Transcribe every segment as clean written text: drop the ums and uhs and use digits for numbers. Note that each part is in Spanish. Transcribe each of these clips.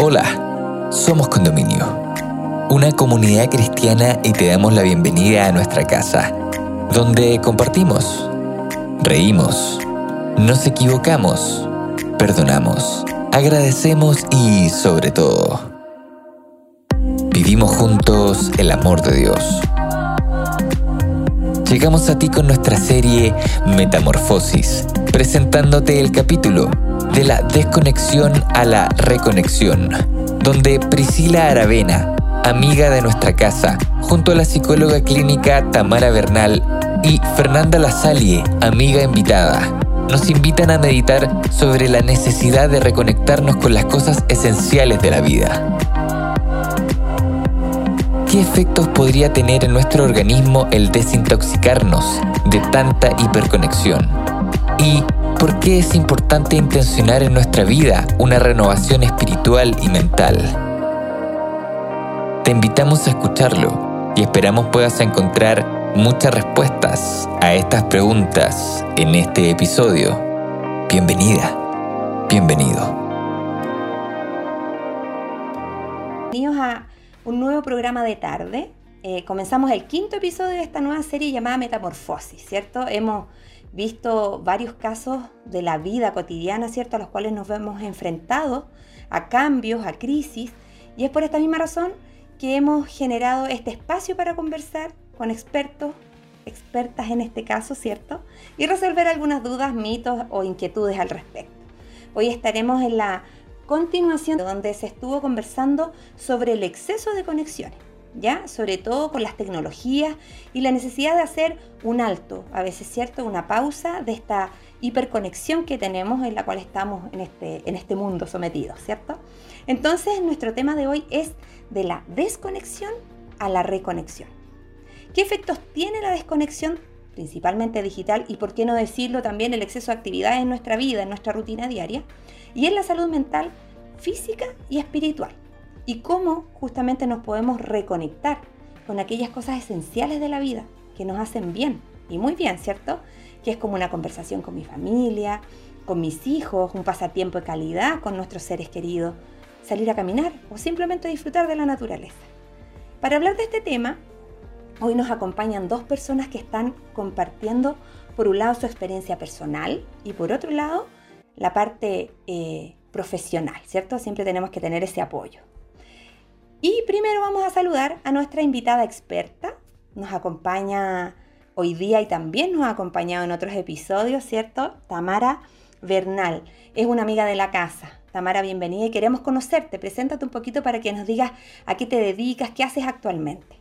Hola, somos Condominio, una comunidad cristiana y te damos la bienvenida a nuestra casa, donde compartimos, reímos, nos equivocamos, perdonamos, agradecemos y, sobre todo, vivimos juntos el amor de Dios. Llegamos a ti con nuestra serie Metamorfosis, presentándote el capítulo de la desconexión a la reconexión, donde Priscila Aravena, amiga de nuestra casa, junto a la psicóloga clínica Tamara Bernal y Fernanda Lasalle, amiga invitada, nos invitan a meditar sobre la necesidad de reconectarnos con las cosas esenciales de la vida. ¿Qué efectos podría tener en nuestro organismo el desintoxicarnos de tanta hiperconexión? ¿Y por qué es importante intencionar en nuestra vida una renovación espiritual y mental? Te invitamos a escucharlo y esperamos puedas encontrar muchas respuestas a estas preguntas en este episodio. Bienvenida, bienvenido. Bienvenidos a un nuevo programa de tarde. Comenzamos el 5º episodio de esta nueva serie llamada Metamorfosis, ¿cierto? Hemos visto varios casos de la vida cotidiana, ¿cierto?, a los cuales nos vemos enfrentados a cambios, a crisis, y es por esta misma razón que hemos generado este espacio para conversar con expertos, expertas en este caso, ¿cierto?, y resolver algunas dudas, mitos o inquietudes al respecto. Hoy estaremos en la continuación donde se estuvo conversando sobre el exceso de conexiones, ¿ya? Sobre todo con las tecnologías y la necesidad de hacer un alto, a veces, ¿cierto?, una pausa de esta hiperconexión que tenemos en la cual estamos en este mundo sometidos, ¿cierto? Entonces, nuestro tema de hoy es de la desconexión a la reconexión. ¿Qué efectos tiene la desconexión, principalmente digital, y por qué no decirlo también el exceso de actividades en nuestra vida, en nuestra rutina diaria, y en la salud mental, física y espiritual? Y cómo justamente nos podemos reconectar con aquellas cosas esenciales de la vida que nos hacen bien, y muy bien, ¿cierto? Que es como una conversación con mi familia, con mis hijos, un pasatiempo de calidad con nuestros seres queridos, salir a caminar o simplemente disfrutar de la naturaleza. Para hablar de este tema, hoy nos acompañan dos personas que están compartiendo, por un lado, su experiencia personal y por otro lado, la parte profesional, ¿cierto? Siempre tenemos que tener ese apoyo. Y primero vamos a saludar a nuestra invitada experta. Nos acompaña hoy día y también nos ha acompañado en otros episodios, ¿cierto? Tamara Bernal. Es una amiga de la casa. Tamara, bienvenida y queremos conocerte. Preséntate un poquito para que nos digas a qué te dedicas, qué haces actualmente.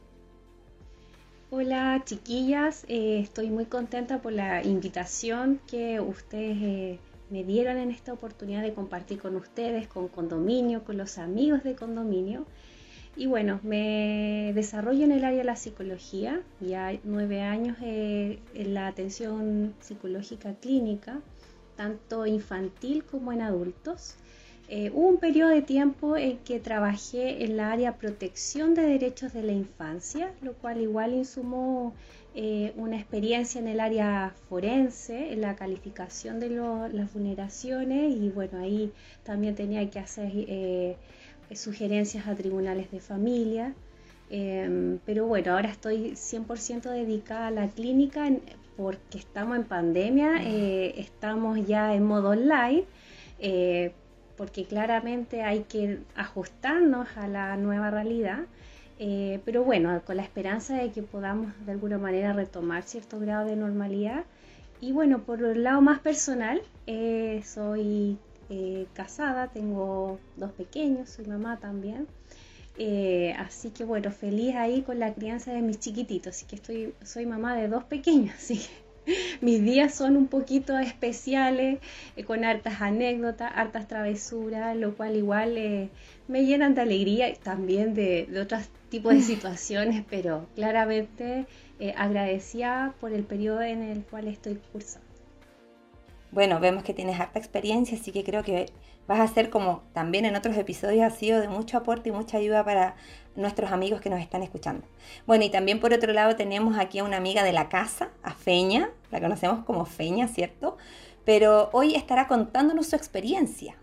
Hola chiquillas, estoy muy contenta por la invitación que ustedes me dieron en esta oportunidad de compartir con ustedes, con Condominio, con los amigos de Condominio. Y bueno, me desarrollo en el área de la psicología, ya 9 años en la atención psicológica clínica, tanto infantil como en adultos. Hubo un periodo de tiempo en que trabajé en la área protección de derechos de la infancia, lo cual igual insumó una experiencia en el área forense, en la calificación de las vulneraciones, y bueno, ahí también tenía que hacer sugerencias a tribunales de familia, pero bueno, ahora estoy 100% dedicada a la clínica porque estamos en pandemia, estamos ya en modo online, porque claramente hay que ajustarnos a la nueva realidad, pero bueno, con la esperanza de que podamos de alguna manera retomar cierto grado de normalidad. Y bueno, por el lado más personal, soy casada, tengo 2 pequeños, soy mamá también, así que bueno, feliz ahí con la crianza de mis chiquititos, así que soy mamá de 2 pequeños, así que mis días son un poquito especiales, con hartas anécdotas, hartas travesuras, lo cual igual me llenan de alegría y también de otros tipos de situaciones, pero claramente agradecida por el periodo en el cual estoy cursando. Bueno, vemos que tienes harta experiencia, así que creo que vas a ser, como también en otros episodios ha sido, de mucho aporte y mucha ayuda para nuestros amigos que nos están escuchando. Bueno, y también por otro lado tenemos aquí a una amiga de la casa, a Feña, la conocemos como Feña, ¿cierto? Pero hoy estará contándonos su experiencia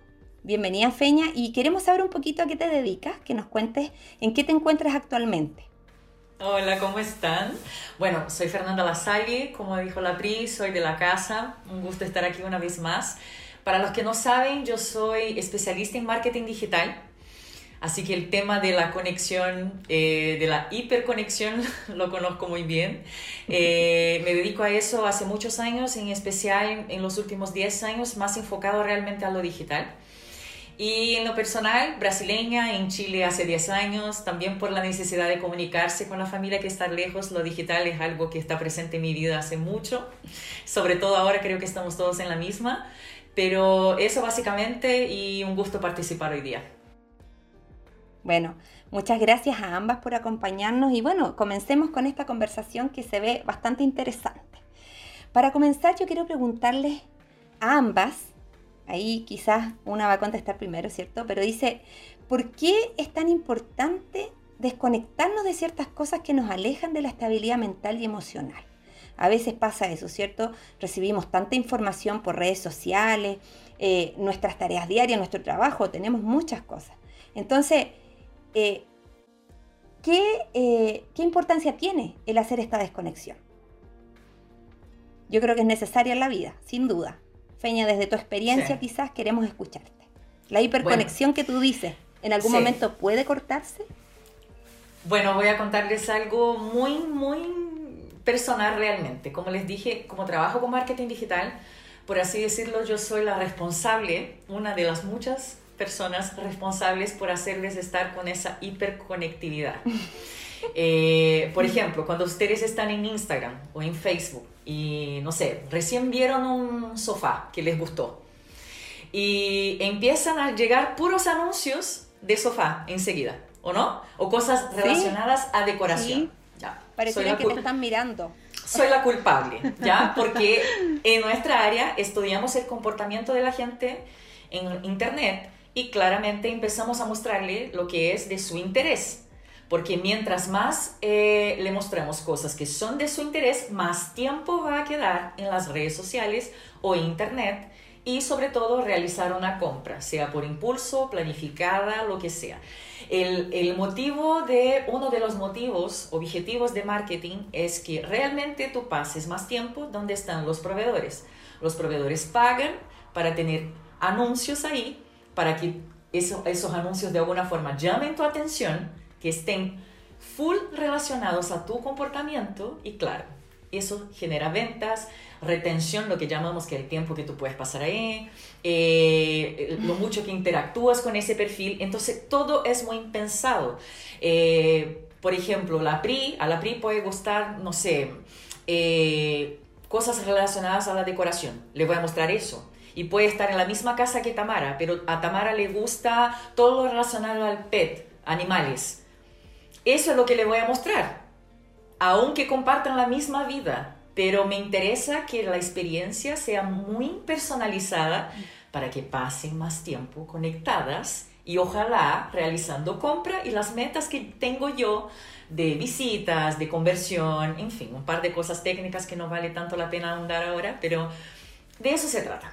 Bienvenida, Feña, y queremos saber un poquito a qué te dedicas, que nos cuentes en qué te encuentras actualmente. Hola, ¿cómo están? Bueno, soy Fernanda Lasalle, como dijo la Pri, soy de la casa, un gusto estar aquí una vez más. Para los que no saben, yo soy especialista en marketing digital, así que el tema de la conexión, de la hiperconexión, lo conozco muy bien. Me dedico a eso hace muchos años, en especial en los últimos 10 años, más enfocado realmente a lo digital. Y en lo personal, brasileña, en Chile hace 10 años, también por la necesidad de comunicarse con la familia que está lejos, lo digital es algo que está presente en mi vida hace mucho, sobre todo ahora creo que estamos todos en la misma, pero eso básicamente y un gusto participar hoy día. Bueno, muchas gracias a ambas por acompañarnos y bueno, comencemos con esta conversación que se ve bastante interesante. Para comenzar yo quiero preguntarles a ambas, ahí quizás una va a contestar primero, ¿cierto? Pero dice, ¿por qué es tan importante desconectarnos de ciertas cosas que nos alejan de la estabilidad mental y emocional? A veces pasa eso, ¿cierto? Recibimos tanta información por redes sociales, nuestras tareas diarias, nuestro trabajo, tenemos muchas cosas. Entonces, ¿qué importancia tiene el hacer esta desconexión? Yo creo que es necesaria en la vida, sin duda. Feña, desde tu experiencia Sí. quizás queremos escucharte. La hiperconexión que tú dices, ¿en algún Sí. momento puede cortarse? Bueno, voy a contarles algo muy, muy personal realmente. Como les dije, como trabajo con marketing digital, por así decirlo, yo soy la responsable, una de las muchas personas responsables por hacerles estar con esa hiperconectividad. Por ejemplo, cuando ustedes están en Instagram o en Facebook y, no sé, recién vieron un sofá que les gustó y empiezan a llegar puros anuncios de sofá enseguida, ¿o no? O cosas relacionadas a decoración. Sí. Ya. Pareciera que te están mirando. Soy la culpable, ¿ya? Porque en nuestra área estudiamos el comportamiento de la gente en Internet y claramente empezamos a mostrarle lo que es de su interés. Porque mientras más le mostramos cosas que son de su interés, más tiempo va a quedar en las redes sociales o Internet y sobre todo realizar una compra, sea por impulso, planificada, lo que sea. Uno de los motivos, objetivos de marketing es que realmente tú pases más tiempo donde están los proveedores. Los proveedores pagan para tener anuncios ahí, para que esos anuncios de alguna forma llamen tu atención, que estén full relacionados a tu comportamiento y claro, eso genera ventas, retención, lo que llamamos que el tiempo que tú puedes pasar ahí, lo mucho que interactúas con ese perfil, entonces todo es muy pensado. Por ejemplo, a la Pri puede gustar, no sé, cosas relacionadas a la decoración, le voy a mostrar eso. Y puede estar en la misma casa que Tamara, pero a Tamara le gusta todo lo relacionado al pet, animales. Eso es lo que le voy a mostrar, aunque compartan la misma vida, pero me interesa que la experiencia sea muy personalizada para que pasen más tiempo conectadas y ojalá realizando compra y las metas que tengo yo de visitas, de conversión, en fin, un par de cosas técnicas que no vale tanto la pena ahondar ahora, pero de eso se trata.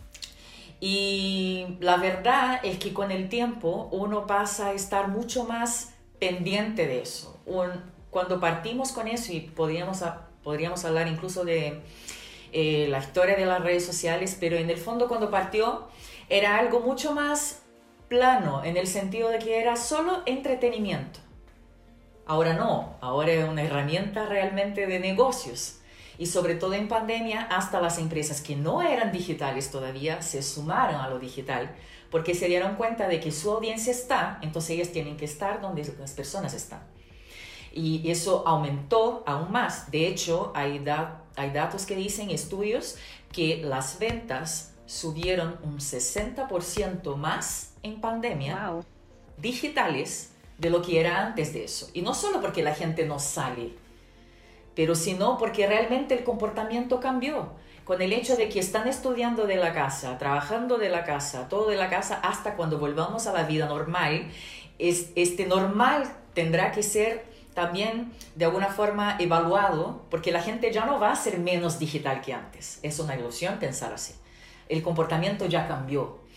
Y la verdad es que con el tiempo uno pasa a estar mucho más pendiente de eso. Cuando partimos con eso, y podríamos hablar incluso de la historia de las redes sociales, pero en el fondo cuando partió era algo mucho más plano, en el sentido de que era solo entretenimiento. Ahora no, ahora es una herramienta realmente de negocios. Y sobre todo en pandemia, hasta las empresas que no eran digitales todavía se sumaron a lo digital porque se dieron cuenta de que su audiencia está, entonces ellas tienen que estar donde las personas están. Y eso aumentó aún más. De hecho, hay datos que dicen, estudios, que las ventas subieron un 60% más en pandemia, Wow. digitales, de lo que era antes de eso. Y no solo porque la gente no sale, pero sino porque realmente el comportamiento cambió. Con el hecho de que están estudiando de la casa, trabajando de la casa, todo de la casa, hasta cuando volvamos a la vida normal, este normal tendrá que ser también de alguna forma evaluado, porque la gente ya no va a ser menos digital que antes. Es una ilusión pensar así. El comportamiento ya cambió.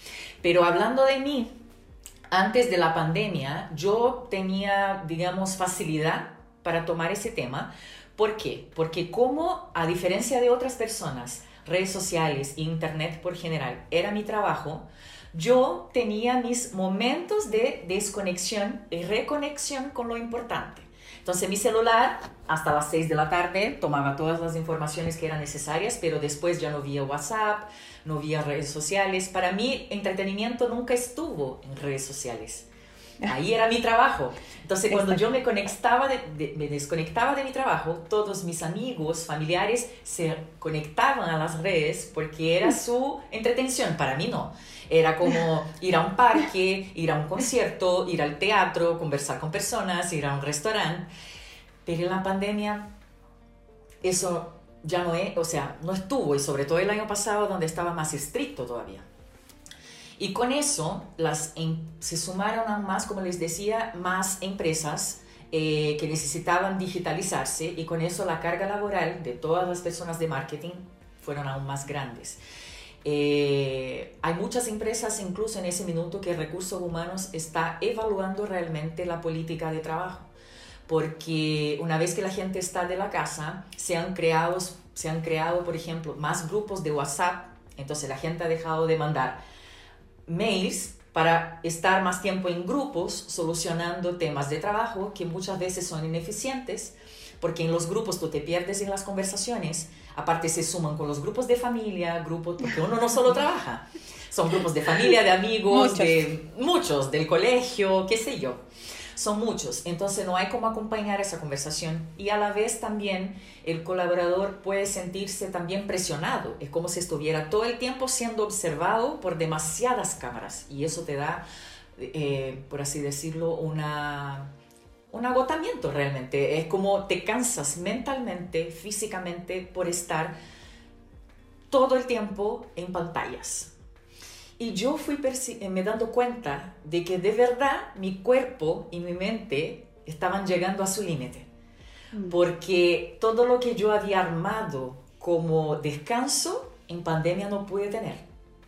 Pero hablando de mí, antes de la pandemia, yo tenía, digamos, facilidad para tomar ese tema. ¿Por qué? Porque como, a diferencia de otras personas, redes sociales, internet por general, era mi trabajo, yo tenía mis momentos de desconexión y reconexión con lo importante. Entonces mi celular, hasta las 6 de la tarde, tomaba todas las informaciones que eran necesarias, pero después ya no había WhatsApp, no había redes sociales. Para mí, entretenimiento nunca estuvo en redes sociales. Ahí era mi trabajo. Entonces, cuando yo me desconectaba de mi trabajo, todos mis amigos, familiares se conectaban a las redes porque era su entretención. Para mí no. Era como ir a un parque, ir a un concierto, ir al teatro, conversar con personas, ir a un restaurante. Pero en la pandemia eso ya no es, o sea, no estuvo, y sobre todo el año pasado, donde estaba más estricto todavía. Y con eso se sumaron aún más, como les decía, más empresas que necesitaban digitalizarse, y con eso la carga laboral de todas las personas de marketing fueron aún más grandes. Hay muchas empresas, incluso en ese minuto, que Recursos Humanos está evaluando realmente la política de trabajo, porque una vez que la gente está de la casa, se han creado, por ejemplo, más grupos de WhatsApp. Entonces la gente ha dejado de mandar mails para estar más tiempo en grupos solucionando temas de trabajo que muchas veces son ineficientes, porque en los grupos tú te pierdes en las conversaciones. Aparte se suman con los grupos de familia, porque uno no solo trabaja, son grupos de familia, de amigos, muchos del colegio, qué sé yo. Son muchos, entonces no hay cómo acompañar esa conversación, y a la vez también el colaborador puede sentirse también presionado. Es como si estuviera todo el tiempo siendo observado por demasiadas cámaras, y eso te da, por así decirlo, un agotamiento realmente. Es como te cansas mentalmente, físicamente, por estar todo el tiempo en pantallas. Y yo fui me dando cuenta de que de verdad mi cuerpo y mi mente estaban llegando a su límite. Porque todo lo que yo había armado como descanso, en pandemia no pude tener.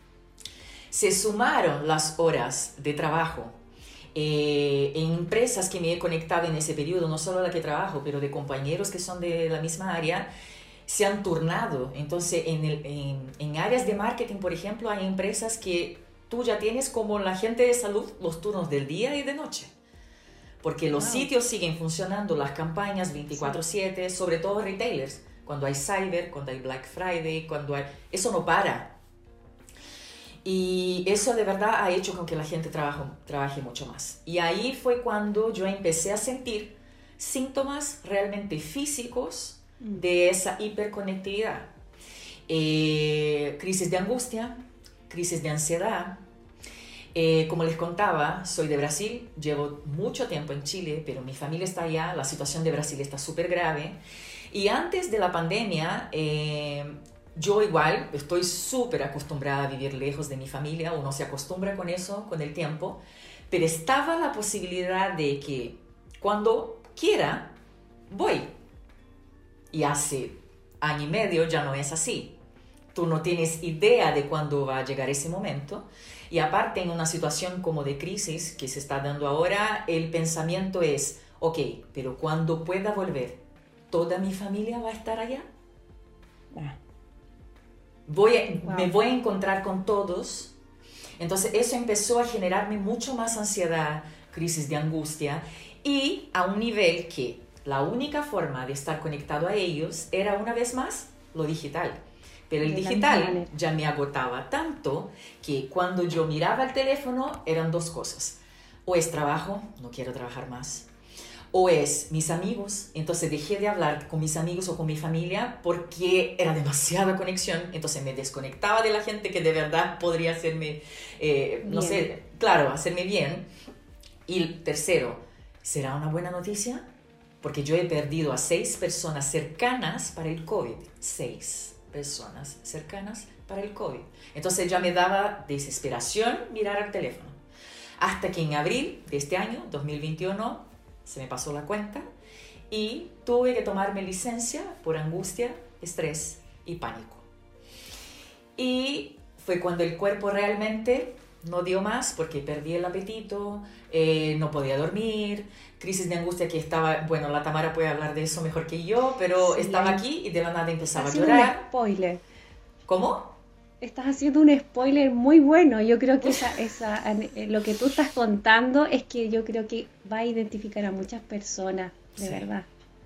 Se sumaron las horas de trabajo en empresas que me he conectado en ese periodo, no solo la que trabajo, pero de compañeros que son de la misma área, se han turnado. Entonces, en áreas de marketing, por ejemplo, hay empresas que tú ya tienes, como la gente de salud, los turnos del día y de noche. Porque los sitios siguen funcionando, las campañas 24/7, sobre todo retailers. Cuando hay Cyber, cuando hay Black Friday, eso no para. Y eso de verdad ha hecho con que la gente trabaje mucho más. Y ahí fue cuando yo empecé a sentir síntomas realmente físicos de esa hiperconectividad. Crisis de angustia, crisis de ansiedad. Como les contaba, soy de Brasil, llevo mucho tiempo en Chile, pero mi familia está allá, la situación de Brasil está súper grave. Y antes de la pandemia, yo igual estoy súper acostumbrada a vivir lejos de mi familia, uno se acostumbra con eso con el tiempo, pero estaba la posibilidad de que cuando quiera, voy. Y hace año y medio ya no es así. Tú no tienes idea de cuándo va a llegar ese momento. Y aparte, en una situación como de crisis que se está dando ahora, el pensamiento es, ok, pero cuando pueda volver, ¿toda mi familia va a estar allá? Me voy a encontrar con todos. Entonces eso empezó a generarme mucho más ansiedad, crisis de angustia, y a un nivel que la única forma de estar conectado a ellos era, una vez más, lo digital. Pero el digital ya me agotaba tanto que cuando yo miraba el teléfono eran dos cosas. O es trabajo, no quiero trabajar más. O es mis amigos, entonces dejé de hablar con mis amigos o con mi familia porque era demasiada conexión. Entonces me desconectaba de la gente que de verdad podría hacerme, hacerme bien. Y el tercero, ¿será una buena noticia? Porque yo he perdido a 6 personas cercanas para el COVID. 6 personas cercanas para el COVID. Entonces ya me daba desesperación mirar al teléfono. Hasta que en abril de este año, 2021, se me pasó la cuenta y tuve que tomarme licencia por angustia, estrés y pánico. Y fue cuando el cuerpo realmente no dio más porque perdí el apetito, no podía dormir, crisis de angustia que estaba, bueno, la Tamara puede hablar de eso mejor que yo, pero Sí. estaba aquí y de la nada empezaba a Haciendo llorar. un spoiler. ¿Cómo? Estás haciendo un spoiler muy bueno. Yo creo que lo que tú estás contando es que yo creo que va a identificar a muchas personas, de Sí. verdad.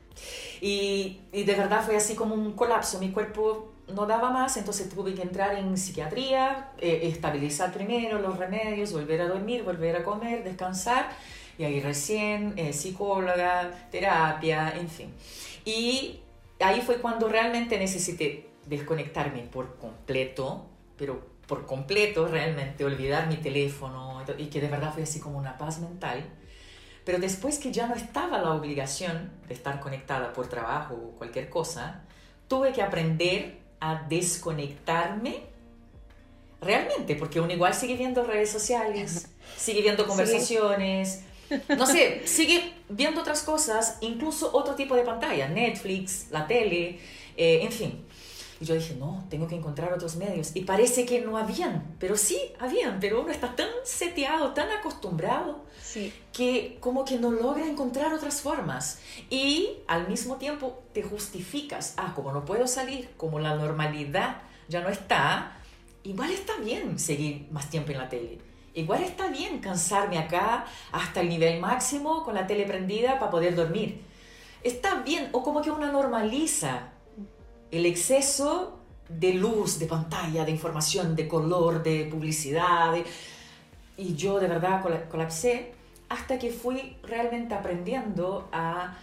Y de verdad fue así como un colapso, mi cuerpo no daba más, entonces tuve que entrar en psiquiatría, estabilizar primero los remedios, volver a dormir, volver a comer, descansar, y ahí recién psicóloga, terapia, en fin. Y ahí fue cuando realmente necesité desconectarme por completo, pero por completo realmente, olvidar mi teléfono, y que de verdad fue así como una paz mental. Pero después que ya no estaba la obligación de estar conectada por trabajo o cualquier cosa, tuve que aprender a desconectarme realmente, porque uno igual sigue viendo redes sociales, sigue viendo conversaciones, no sé, sigue viendo otras cosas, incluso otro tipo de pantalla, Netflix, la tele, en fin. Y yo dije, no, tengo que encontrar otros medios. Y parece que no habían, pero sí habían, pero uno está tan seteado, tan acostumbrado, Sí. que como que no logra encontrar otras formas. Y al mismo tiempo te justificas, como no puedo salir, como la normalidad ya no está, igual está bien seguir más tiempo en la tele. Igual está bien cansarme acá hasta el nivel máximo con la tele prendida para poder dormir. Está bien, o como que uno normaliza el exceso de luz, de pantalla, de información, de color, de publicidad. Y yo de verdad colapsé hasta que fui realmente aprendiendo a,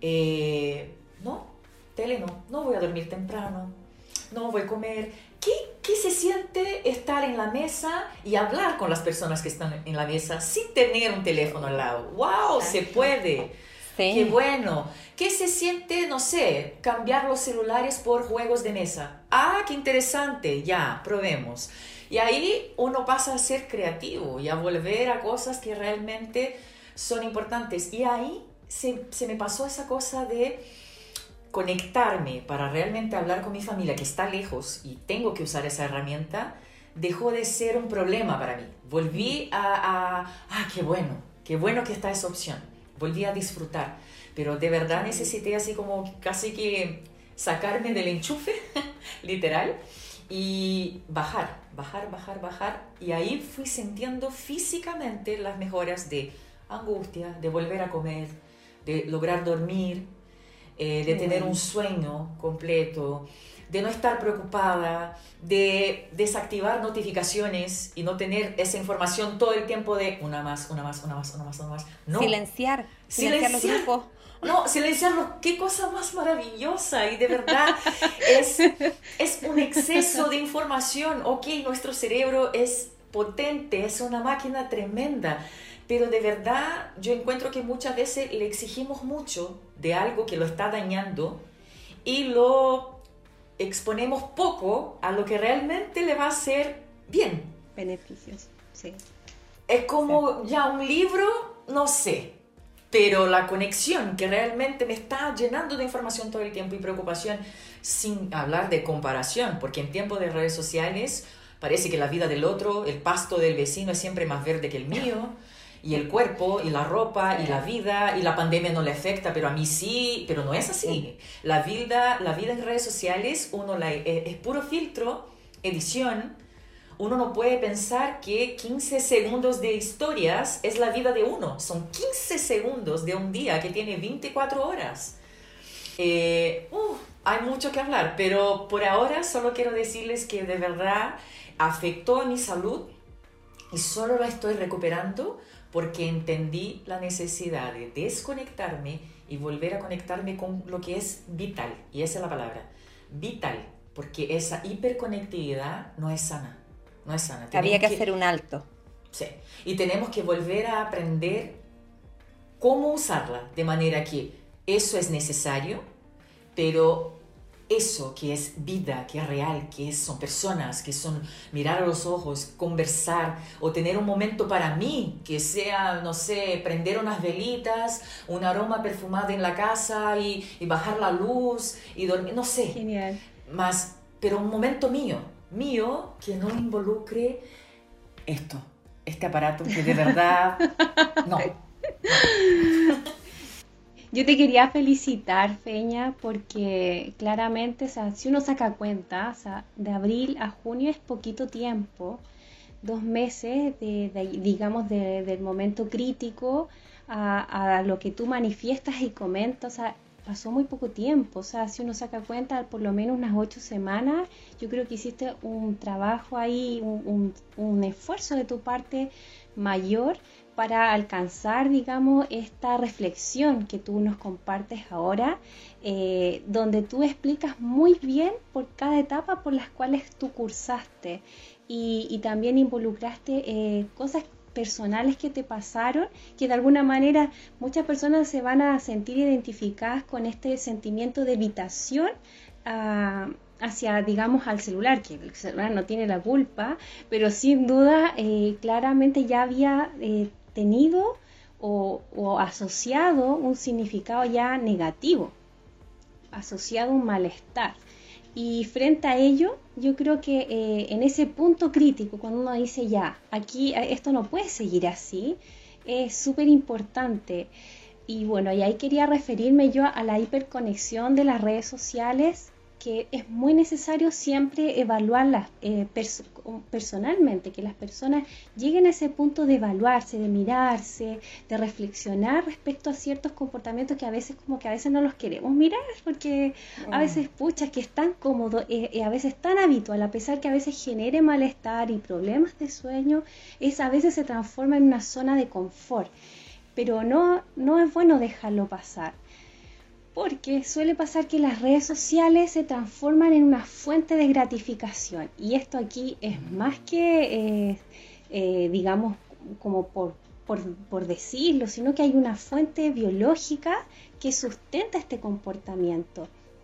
no, tele no voy a dormir temprano, no voy a comer. ¿Qué se siente estar en la mesa y hablar con las personas que están en la mesa sin tener un teléfono al lado? ¡Wow! Se puede. Sí. ¡Qué bueno! ¿Qué se siente, no sé, cambiar los celulares por juegos de mesa? ¡Ah, qué interesante! Ya, probemos. Y ahí uno pasa a ser creativo y a volver a cosas que realmente son importantes. Y ahí se me pasó esa cosa de conectarme para realmente hablar con mi familia que está lejos y tengo que usar esa herramienta. Dejó de ser un problema para mí. Volví qué bueno que está esa opción. Volví a disfrutar, pero de verdad necesité así como casi que sacarme del enchufe, literal, y bajar, y ahí fui sintiendo físicamente las mejoras de angustia, de volver a comer, de lograr dormir, de tener un sueño completo, de no estar preocupada, de desactivar notificaciones y no tener esa información todo el tiempo de una más. No. Silenciar los grupos. No, silenciarlos, qué cosa más maravillosa. Y de verdad es un exceso de información. Ok, nuestro cerebro es potente, es una máquina tremenda, pero de verdad yo encuentro que muchas veces le exigimos mucho de algo que lo está dañando y lo exponemos poco a lo que realmente le va a hacer bien. Beneficios, sí. Es como ya un libro, no sé, pero la conexión que realmente me está llenando de información todo el tiempo y preocupación, sin hablar de comparación, porque en tiempos de redes sociales parece que la vida del otro, el pasto del vecino es siempre más verde que el mío, y el cuerpo, y la ropa, y la vida, y la pandemia no le afecta, pero a mí sí, pero no es así. La vida en redes sociales, es puro filtro, edición. Uno no puede pensar que 15 segundos de historias es la vida de uno. Son 15 segundos de un día que tiene 24 horas. Hay mucho que hablar, pero por ahora solo quiero decirles que de verdad afectó a mi salud y solo la estoy recuperando porque entendí la necesidad de desconectarme y volver a conectarme con lo que es vital. Y esa es la palabra, vital, porque esa hiperconectividad no es sana. No es sana. Había que hacer un alto. Sí, y tenemos que volver a aprender cómo usarla, de manera que eso es necesario, pero eso que es vida, que es real, son personas, que son mirar a los ojos, conversar o tener un momento para mí, que sea, no sé, prender unas velitas, un aroma perfumado en la casa y bajar la luz y dormir, no sé. Genial. Pero un momento mío que no involucre esto, este aparato que de verdad no. Yo te quería felicitar, Feña, porque claramente, o sea, si uno saca cuenta, o sea, de abril a junio es poquito tiempo, 2 meses digamos, del momento crítico a lo que tú manifiestas y comentas, o sea, pasó muy poco tiempo. O sea, si uno saca cuenta, por lo menos unas 8 semanas, yo creo que hiciste un trabajo ahí, un esfuerzo de tu parte mayor para alcanzar, digamos, esta reflexión que tú nos compartes ahora, donde tú explicas muy bien por cada etapa por las cuales tú cursaste y también involucraste cosas personales que te pasaron, que de alguna manera muchas personas se van a sentir identificadas con este sentimiento de evitación hacia, digamos, al celular, que el celular no tiene la culpa, pero sin duda claramente ya había tenido o asociado un significado ya negativo, asociado a un malestar. Y frente a ello, yo creo que en ese punto crítico, cuando uno dice ya, aquí esto no puede seguir así, es súper importante. Y bueno, y ahí quería referirme yo a la hiperconexión de las redes sociales, que es muy necesario siempre evaluarlas personalmente, que las personas lleguen a ese punto de evaluarse, de mirarse, de reflexionar respecto a ciertos comportamientos que a veces no los queremos mirar, porque a veces, pucha, que es tan cómodo, a veces tan habitual, a pesar que a veces genere malestar y problemas de sueño, a veces se transforma en una zona de confort, pero no es bueno dejarlo pasar. Porque suele pasar que las redes sociales se transforman en una fuente de gratificación. Y esto aquí es más que, digamos, como por decirlo, sino que hay una fuente biológica que sustenta este comportamiento.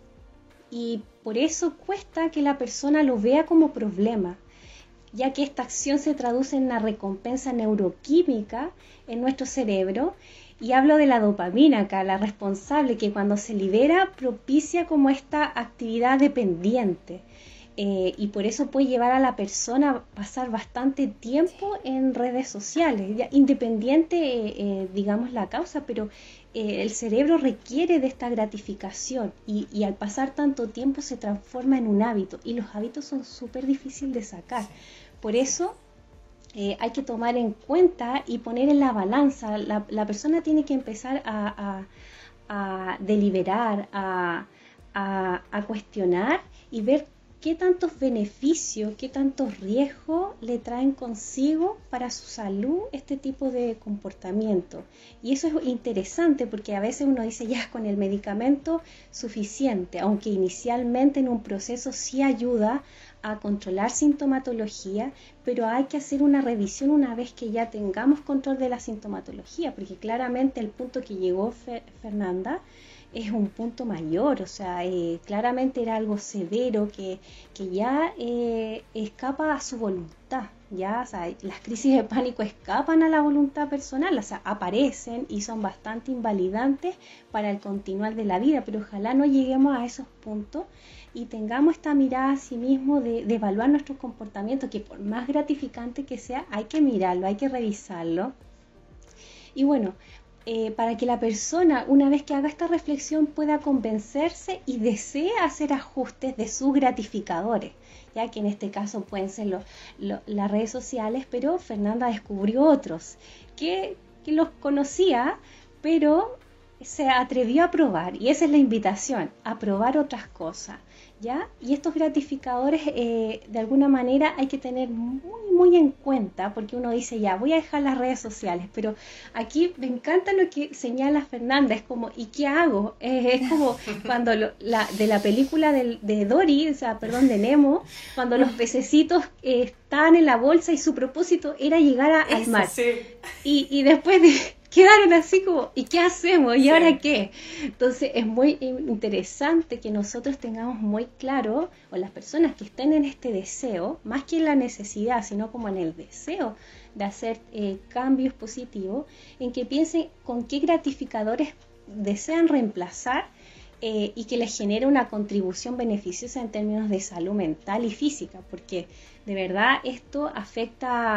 Y por eso cuesta que la persona lo vea como problema, ya que esta acción se traduce en una recompensa neuroquímica en nuestro cerebro. Y hablo de la dopamina acá, la responsable, que cuando se libera propicia como esta actividad dependiente. Y por eso puede llevar a la persona a pasar bastante tiempo en redes sociales, ya, independiente, digamos, la causa, pero el cerebro requiere de esta gratificación y al pasar tanto tiempo se transforma en un hábito y los hábitos son súper difíciles de sacar. Por eso hay que tomar en cuenta y poner en la balanza. La persona tiene que empezar a deliberar, a cuestionar y ver qué tantos beneficios, qué tantos riesgos le traen consigo para su salud este tipo de comportamiento. Y eso es interesante porque a veces uno dice ya con el medicamento suficiente, aunque inicialmente en un proceso sí ayuda a controlar sintomatología, pero hay que hacer una revisión una vez que ya tengamos control de la sintomatología, porque claramente el punto que llegó Fernanda es un punto mayor, o sea, claramente era algo severo que ya escapa a su voluntad, ya, o sea, las crisis de pánico escapan a la voluntad personal, o sea, aparecen y son bastante invalidantes para el continuar de la vida, pero ojalá no lleguemos a esos puntos y tengamos esta mirada a sí mismo de evaluar nuestros comportamientos, que por más gratificante que sea, hay que mirarlo, hay que revisarlo. Y bueno, para que la persona, una vez que haga esta reflexión, pueda convencerse y desee hacer ajustes de sus gratificadores, ya que en este caso pueden ser las redes sociales, pero Fernanda descubrió otros que los conocía, pero se atrevió a probar, y esa es la invitación, a probar otras cosas, ¿ya? Y estos gratificadores de alguna manera hay que tener muy, muy en cuenta, porque uno dice ya, voy a dejar las redes sociales, pero aquí me encanta lo que señala Fernanda, es como, ¿y qué hago? Es como cuando de la película de Dory, o sea, perdón, de Nemo, cuando los pececitos estaban en la bolsa y su propósito era llegar al mar. Sí. Y después quedaron así como, ¿y qué hacemos? ¿Y ahora qué? Entonces es muy interesante que nosotros tengamos muy claro, o las personas que estén en este deseo, más que en la necesidad, sino como en el deseo de hacer cambios positivos, en que piensen con qué gratificadores desean reemplazar y que les genere una contribución beneficiosa en términos de salud mental y física, porque de verdad esto afecta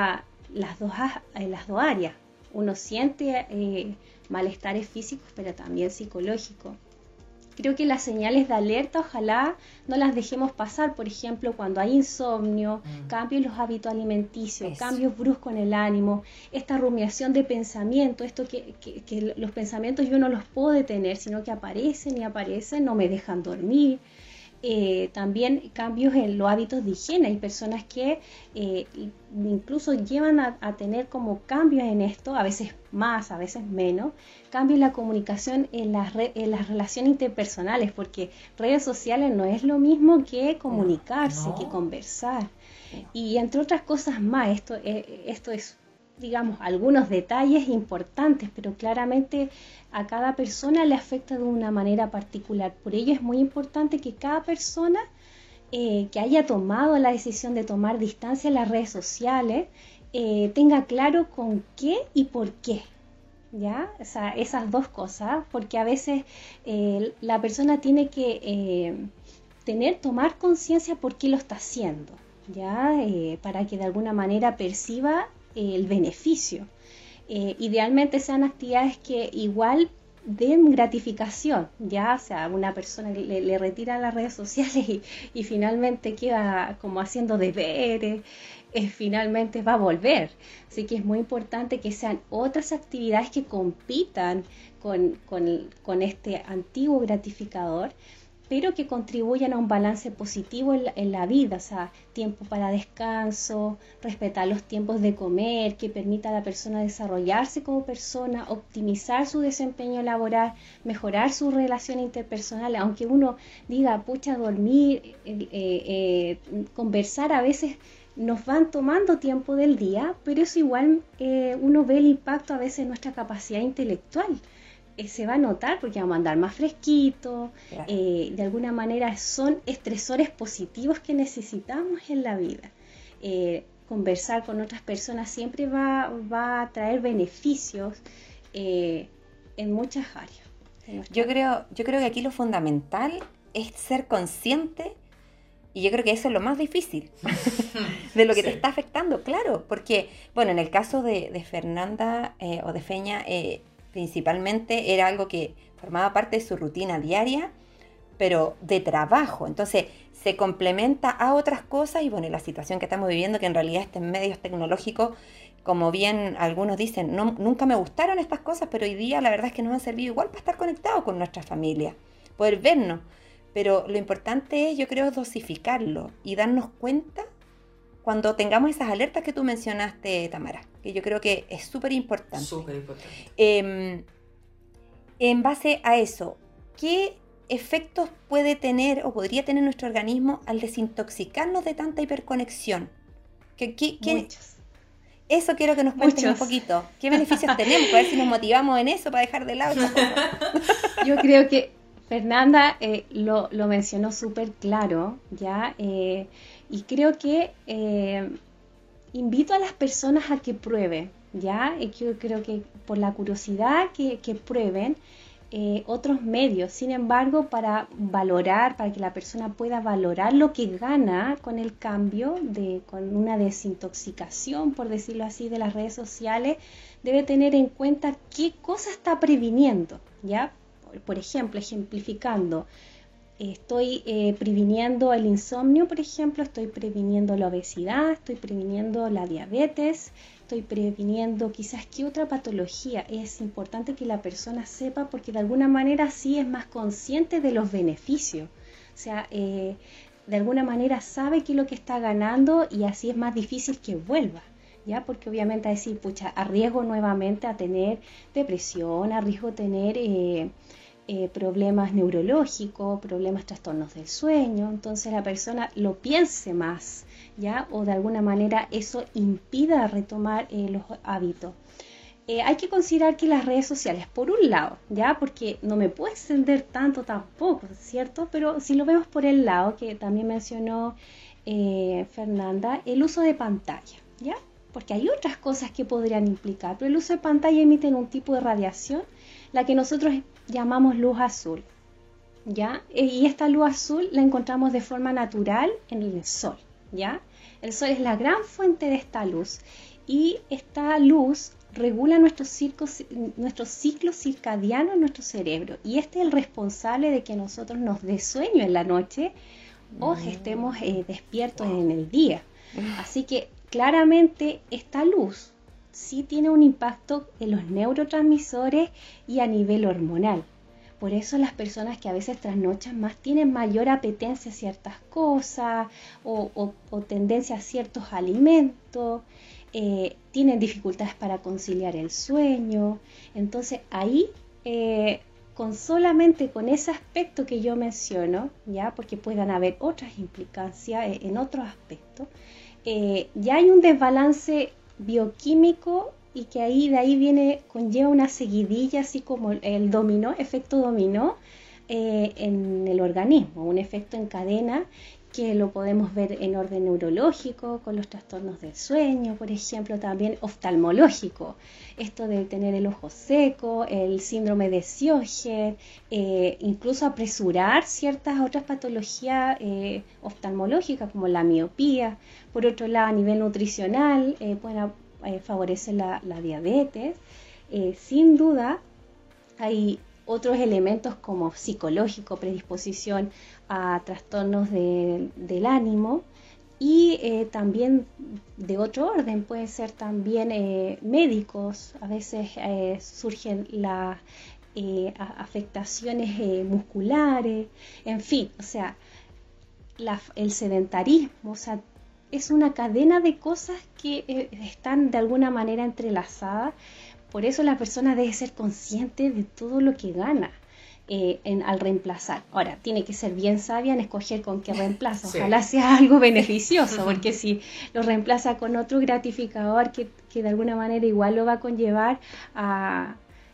las dos áreas. Uno siente malestares físicos, pero también psicológicos. Creo que las señales de alerta ojalá no las dejemos pasar, por ejemplo, cuando hay insomnio, cambios en los hábitos alimenticios, cambios bruscos en el ánimo, esta rumiación de pensamiento, esto que los pensamientos yo no los puedo detener, sino que aparecen y aparecen, no me dejan dormir. También cambios en los hábitos de higiene. Hay personas que incluso llevan a tener como cambios en esto, a veces más, a veces menos, cambios en la comunicación en las relaciones interpersonales, porque redes sociales no es lo mismo que comunicarse, que conversar, y entre otras cosas más. Esto es, digamos, algunos detalles importantes, pero claramente a cada persona le afecta de una manera particular. Por ello es muy importante que cada persona que haya tomado la decisión de tomar distancia en las redes sociales tenga claro con qué y por qué, ¿ya? O sea, esas dos cosas, porque a veces la persona tiene que tomar conciencia por qué lo está haciendo, ¿ya? Para que de alguna manera perciba el beneficio. Idealmente sean actividades que igual den gratificación, ya, o sea, una persona le retira las redes sociales y finalmente queda como haciendo deberes, finalmente va a volver. Así que es muy importante que sean otras actividades que compitan con este antiguo gratificador, pero que contribuyan a un balance positivo en la vida, o sea, tiempo para descanso, respetar los tiempos de comer, que permita a la persona desarrollarse como persona, optimizar su desempeño laboral, mejorar su relación interpersonal, aunque uno diga, pucha, dormir, conversar, a veces nos van tomando tiempo del día, pero eso igual uno ve el impacto a veces en nuestra capacidad intelectual. Se va a notar porque vamos a andar más fresquito, claro. De alguna manera son estresores positivos que necesitamos en la vida. Conversar con otras personas siempre va a traer beneficios en muchas áreas. Yo creo que aquí lo fundamental es ser consciente, y yo creo que eso es lo más difícil de lo que te está afectando, claro, porque, bueno, en el caso de Fernanda o de Feña, principalmente era algo que formaba parte de su rutina diaria, pero de trabajo. Entonces se complementa a otras cosas y bueno, la situación que estamos viviendo, que en realidad en medios tecnológicos, como bien algunos dicen, nunca me gustaron estas cosas, pero hoy día la verdad es que nos han servido igual para estar conectados con nuestra familia, poder vernos. Pero lo importante es, yo creo, dosificarlo y darnos cuenta cuando tengamos esas alertas que tú mencionaste, Tamara, que yo creo que es súper importante. Súper importante. En base a eso, ¿qué efectos puede tener o podría tener nuestro organismo al desintoxicarnos de tanta hiperconexión? Muchos. Eso quiero que nos cuentes un poquito. ¿Qué beneficios tenemos? Para ver si nos motivamos en eso, para dejar de lado esta cosa. Yo creo que Fernanda lo mencionó súper claro, ¿ya? Y creo que invito a las personas a que prueben, ¿ya? Yo creo que por la curiosidad que prueben otros medios. Sin embargo, para que la persona pueda valorar lo que gana con el cambio, con una desintoxicación, por decirlo así, de las redes sociales, debe tener en cuenta qué cosa está previniendo, ¿ya? Por ejemplo, ejemplificando, estoy previniendo el insomnio, por ejemplo, estoy previniendo la obesidad, estoy previniendo la diabetes, estoy previniendo quizás qué otra patología. Es importante que la persona sepa, porque de alguna manera sí es más consciente de los beneficios, o sea, de alguna manera sabe qué es lo que está ganando y así es más difícil que vuelva, ¿ya? Porque obviamente a decir, pucha, arriesgo nuevamente a tener depresión, arriesgo a tener problemas neurológicos, problemas, trastornos del sueño. Entonces la persona lo piense más, ¿ya? O de alguna manera eso impida retomar los hábitos. Hay que considerar que las redes sociales, por un lado, ¿ya? Porque no me puedo extender tanto tampoco, ¿cierto? Pero si lo vemos por el lado, que también mencionó Fernanda, el uso de pantalla, ¿ya? Porque hay otras cosas que podrían implicar, pero el uso de pantalla emite un tipo de radiación, la que nosotros llamamos luz azul, ¿ya? Y esta luz azul la encontramos de forma natural en el sol, ¿ya? El sol es la gran fuente de esta luz y esta luz regula nuestro ciclo circadiano en nuestro cerebro, y este es el responsable de que nosotros nos dé sueño en la noche o estemos despiertos en el día. Así que claramente esta luz sí tiene un impacto en los neurotransmisores y a nivel hormonal. Por eso las personas que a veces trasnochan más tienen mayor apetencia a ciertas cosas o tendencia a ciertos alimentos, tienen dificultades para conciliar el sueño. Entonces ahí, solamente con ese aspecto que yo menciono, ya, porque puedan haber otras implicancias en otros aspectos, ya hay un desbalance bioquímico, y que de ahí conlleva una seguidilla, así como el dominó, efecto dominó en el organismo, un efecto en cadena que lo podemos ver en orden neurológico, con los trastornos del sueño, por ejemplo, también oftalmológico, esto de tener el ojo seco, el síndrome de Sjögren, incluso apresurar ciertas otras patologías oftalmológicas como la miopía. Por otro lado, a nivel nutricional, favorece la diabetes. Sin duda hay otros elementos como psicológico, predisposición a trastornos del ánimo, y también de otro orden, pueden ser también médicos. A veces surgen las afectaciones musculares, en fin, o sea, el sedentarismo, o sea, es una cadena de cosas que están de alguna manera entrelazadas. Por eso la persona debe ser consciente de todo lo que gana al reemplazar. Ahora, tiene que ser bien sabia en escoger con qué reemplaza. Ojalá sea algo beneficioso, porque si lo reemplaza con otro gratificador que de alguna manera igual lo va a conllevar a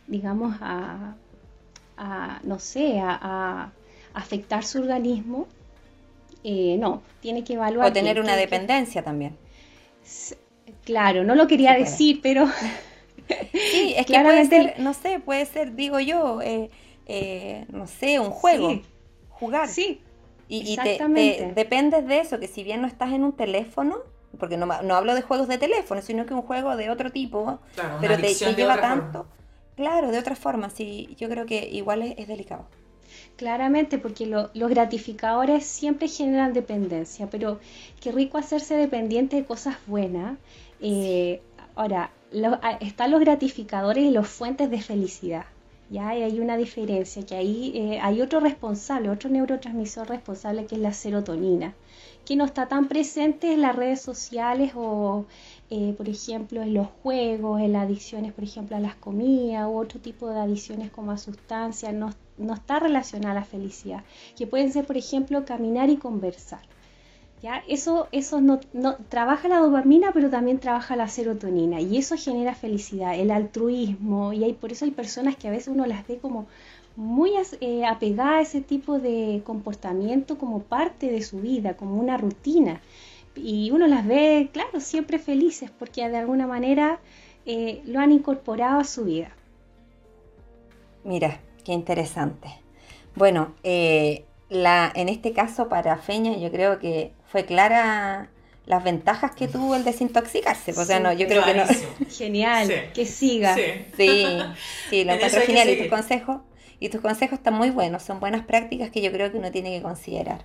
afectar su organismo, no, tiene que evaluar. O tener una dependencia también. Claro, no lo quería decir, pero... Sí, es que puede ser, no sé, digo yo, no sé, un juego, sí, jugar. Sí, y exactamente. Dependes de eso, que si bien no estás en un teléfono, porque no hablo de juegos de teléfono, sino que un juego de otro tipo, claro, pero te lleva tanto. Forma. Claro, de otra forma, sí, yo creo que igual es delicado. Claramente, porque los gratificadores siempre generan dependencia, pero qué rico hacerse dependiente de cosas buenas. Sí. Ahora, están los gratificadores y las fuentes de felicidad, ¿ya? Y hay una diferencia, que ahí hay otro neurotransmisor responsable, que es la serotonina, que no está tan presente en las redes sociales o, por ejemplo, en los juegos, en las adicciones, por ejemplo, a las comidas u otro tipo de adicciones como a sustancias. No está relacionada a la felicidad, que pueden ser, por ejemplo, caminar y conversar. ¿Ya? Eso no trabaja la dopamina, pero también trabaja la serotonina, y eso genera felicidad, el altruismo, y por eso hay personas que a veces uno las ve como muy apegadas a ese tipo de comportamiento como parte de su vida, como una rutina, y uno las ve, claro, siempre felices, porque de alguna manera lo han incorporado a su vida. Mira, qué interesante. Bueno, en este caso para Feña, yo creo que fue clara las ventajas que tuvo el desintoxicarse. O sea, no, yo creo que no. Genial, sí. Que siga. Sí, lo encuentro genial. Y tus consejos están muy buenos, son buenas prácticas que yo creo que uno tiene que considerar.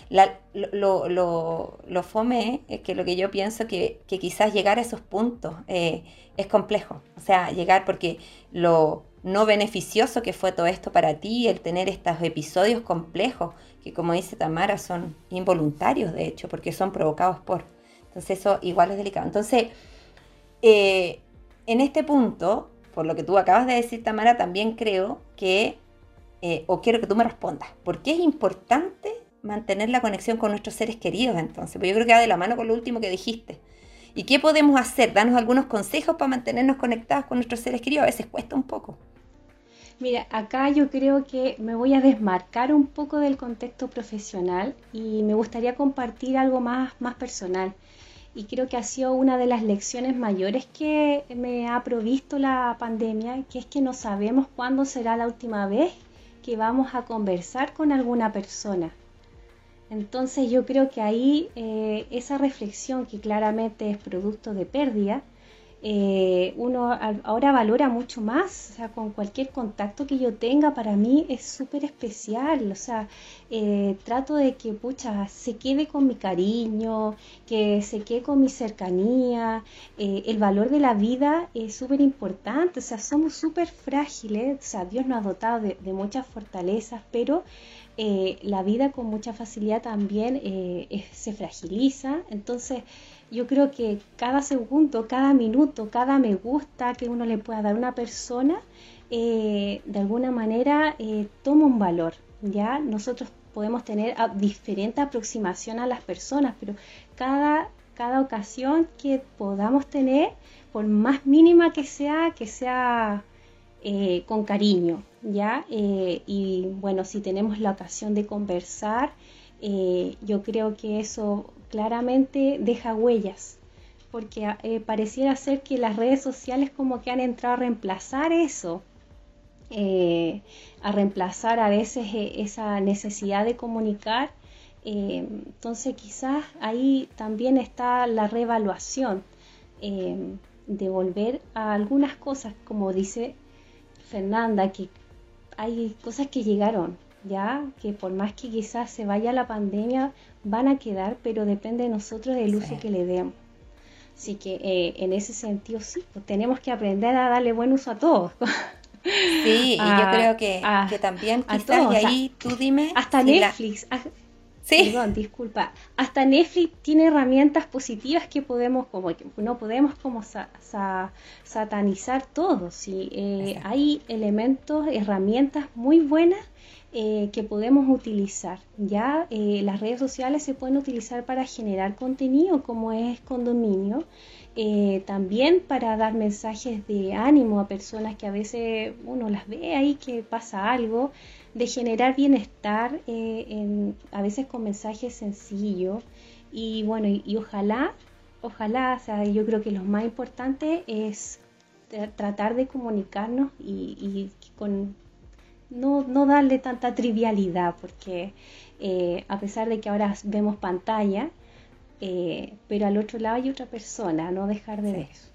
Lo fome es que lo que yo pienso que quizás llegar a esos puntos es complejo. O sea, llegar, porque lo no beneficioso que fue todo esto para ti, el tener estos episodios complejos, que como dice Tamara, son involuntarios de hecho, porque son provocados por. Entonces eso igual es delicado. Entonces, en este punto, por lo que tú acabas de decir, Tamara, también creo que, o quiero que tú me respondas, ¿por qué es importante mantener la conexión con nuestros seres queridos entonces? Porque yo creo que va de la mano con lo último que dijiste. ¿Y qué podemos hacer? Danos algunos consejos para mantenernos conectados con nuestros seres queridos. A veces cuesta un poco. Mira, acá yo creo que me voy a desmarcar un poco del contexto profesional y me gustaría compartir algo más personal. Y creo que ha sido una de las lecciones mayores que me ha provisto la pandemia, que es que no sabemos cuándo será la última vez que vamos a conversar con alguna persona. Entonces yo creo que ahí esa reflexión, que claramente es producto de pérdida, uno ahora valora mucho más, o sea, con cualquier contacto que yo tenga, para mí es súper especial, o sea, trato de que, pucha, se quede con mi cariño, que se quede con mi cercanía, el valor de la vida es súper importante, o sea, somos súper frágiles, o sea, Dios nos ha dotado de muchas fortalezas, pero la vida con mucha facilidad también se fragiliza, entonces yo creo que cada segundo, cada minuto, cada me gusta que uno le pueda dar a una persona, de alguna manera toma un valor, ¿ya? Nosotros podemos tener diferente aproximación a las personas, pero cada ocasión que podamos tener, por más mínima que sea con cariño, ¿ya? Y bueno, si tenemos la ocasión de conversar, yo creo que eso claramente deja huellas, porque pareciera ser que las redes sociales como que han entrado a reemplazar eso, a reemplazar a veces esa necesidad de comunicar. Entonces quizás ahí también está la reevaluación, de volver a algunas cosas, como dice Fernanda, que hay cosas que llegaron, ya, que por más que quizás se vaya la pandemia, van a quedar, pero depende de nosotros del uso que le demos. Así que en ese sentido sí, pues tenemos que aprender a darle buen uso a todo. Sí, y yo creo que también quizás, y ahí tú dime... Hasta si Netflix... Sí. Perdón, disculpa. Hasta Netflix tiene herramientas positivas que podemos no podemos como satanizar todo. ¿Sí? Hay elementos, herramientas muy buenas que podemos utilizar. Ya las redes sociales se pueden utilizar para generar contenido, como es Condominio. También para dar mensajes de ánimo a personas que a veces uno las ve ahí que pasa algo, de generar bienestar, a veces con mensajes sencillos, y bueno, y ojalá, o sea, yo creo que lo más importante es tratar de comunicarnos y con no darle tanta trivialidad, porque a pesar de que ahora vemos pantalla, pero al otro lado hay otra persona, no dejar de ver eso.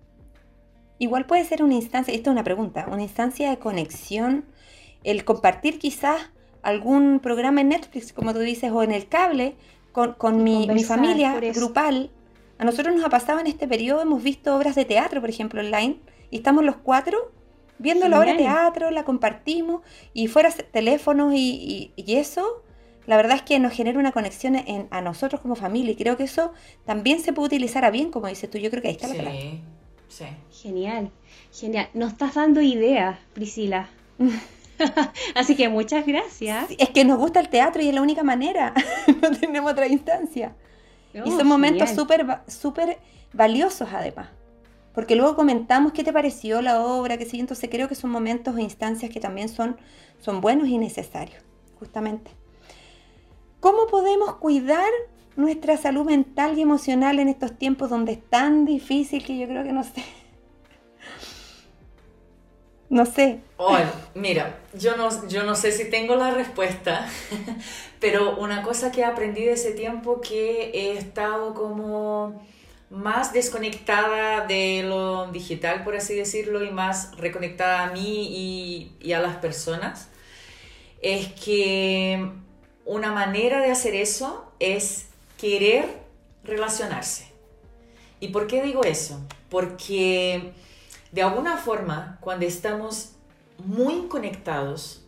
Igual puede ser una instancia, esto es una pregunta, una instancia de conexión, el compartir quizás algún programa en Netflix, como tú dices, o en el cable, con mi familia grupal. A nosotros nos ha pasado en este periodo, hemos visto obras de teatro, por ejemplo, online, y estamos los 4 viendo la obra de teatro, la compartimos, y fuera teléfonos y eso, la verdad es que nos genera una conexión a nosotros como familia, y creo que eso también se puede utilizar a bien, como dices tú. Yo creo que ahí está la clave. Sí. Genial. Nos estás dando ideas, Priscila. Así que muchas gracias. Sí, es que nos gusta el teatro y es la única manera. No tenemos otra instancia. Y son momentos súper valiosos además. Porque luego comentamos qué te pareció la obra, qué sé yo. Entonces creo que son momentos e instancias que también son buenos y necesarios, justamente. ¿Cómo podemos cuidar nuestra salud mental y emocional en estos tiempos donde es tan difícil que yo creo que no sé? No sé. Mira, yo no sé si tengo la respuesta, pero una cosa que aprendí de ese tiempo, que he estado como más desconectada de lo digital, por así decirlo, y más reconectada a mí y a las personas, es que una manera de hacer eso es querer relacionarse. ¿Y por qué digo eso? Porque de alguna forma, cuando estamos muy conectados,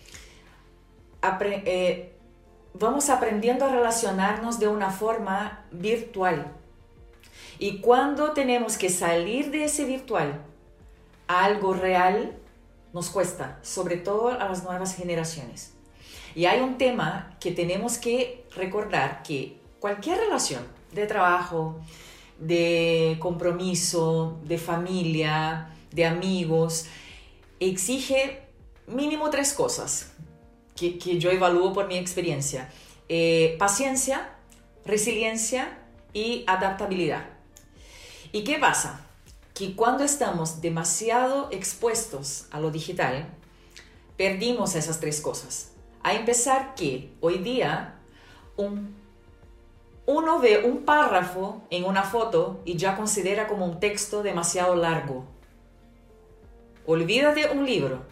vamos aprendiendo a relacionarnos de una forma virtual. Y cuando tenemos que salir de ese virtual a algo real, nos cuesta, sobre todo a las nuevas generaciones. Y hay un tema que tenemos que recordar, que cualquier relación de trabajo, de compromiso, de familia, de amigos, exige mínimo 3 cosas que yo evalúo por mi experiencia: paciencia, resiliencia y adaptabilidad. ¿Y qué pasa? Que cuando estamos demasiado expuestos a lo digital, perdimos esas 3 cosas. A empezar que hoy día un uno ve un párrafo en una foto y ya considera como un texto demasiado largo. Olvídate un libro.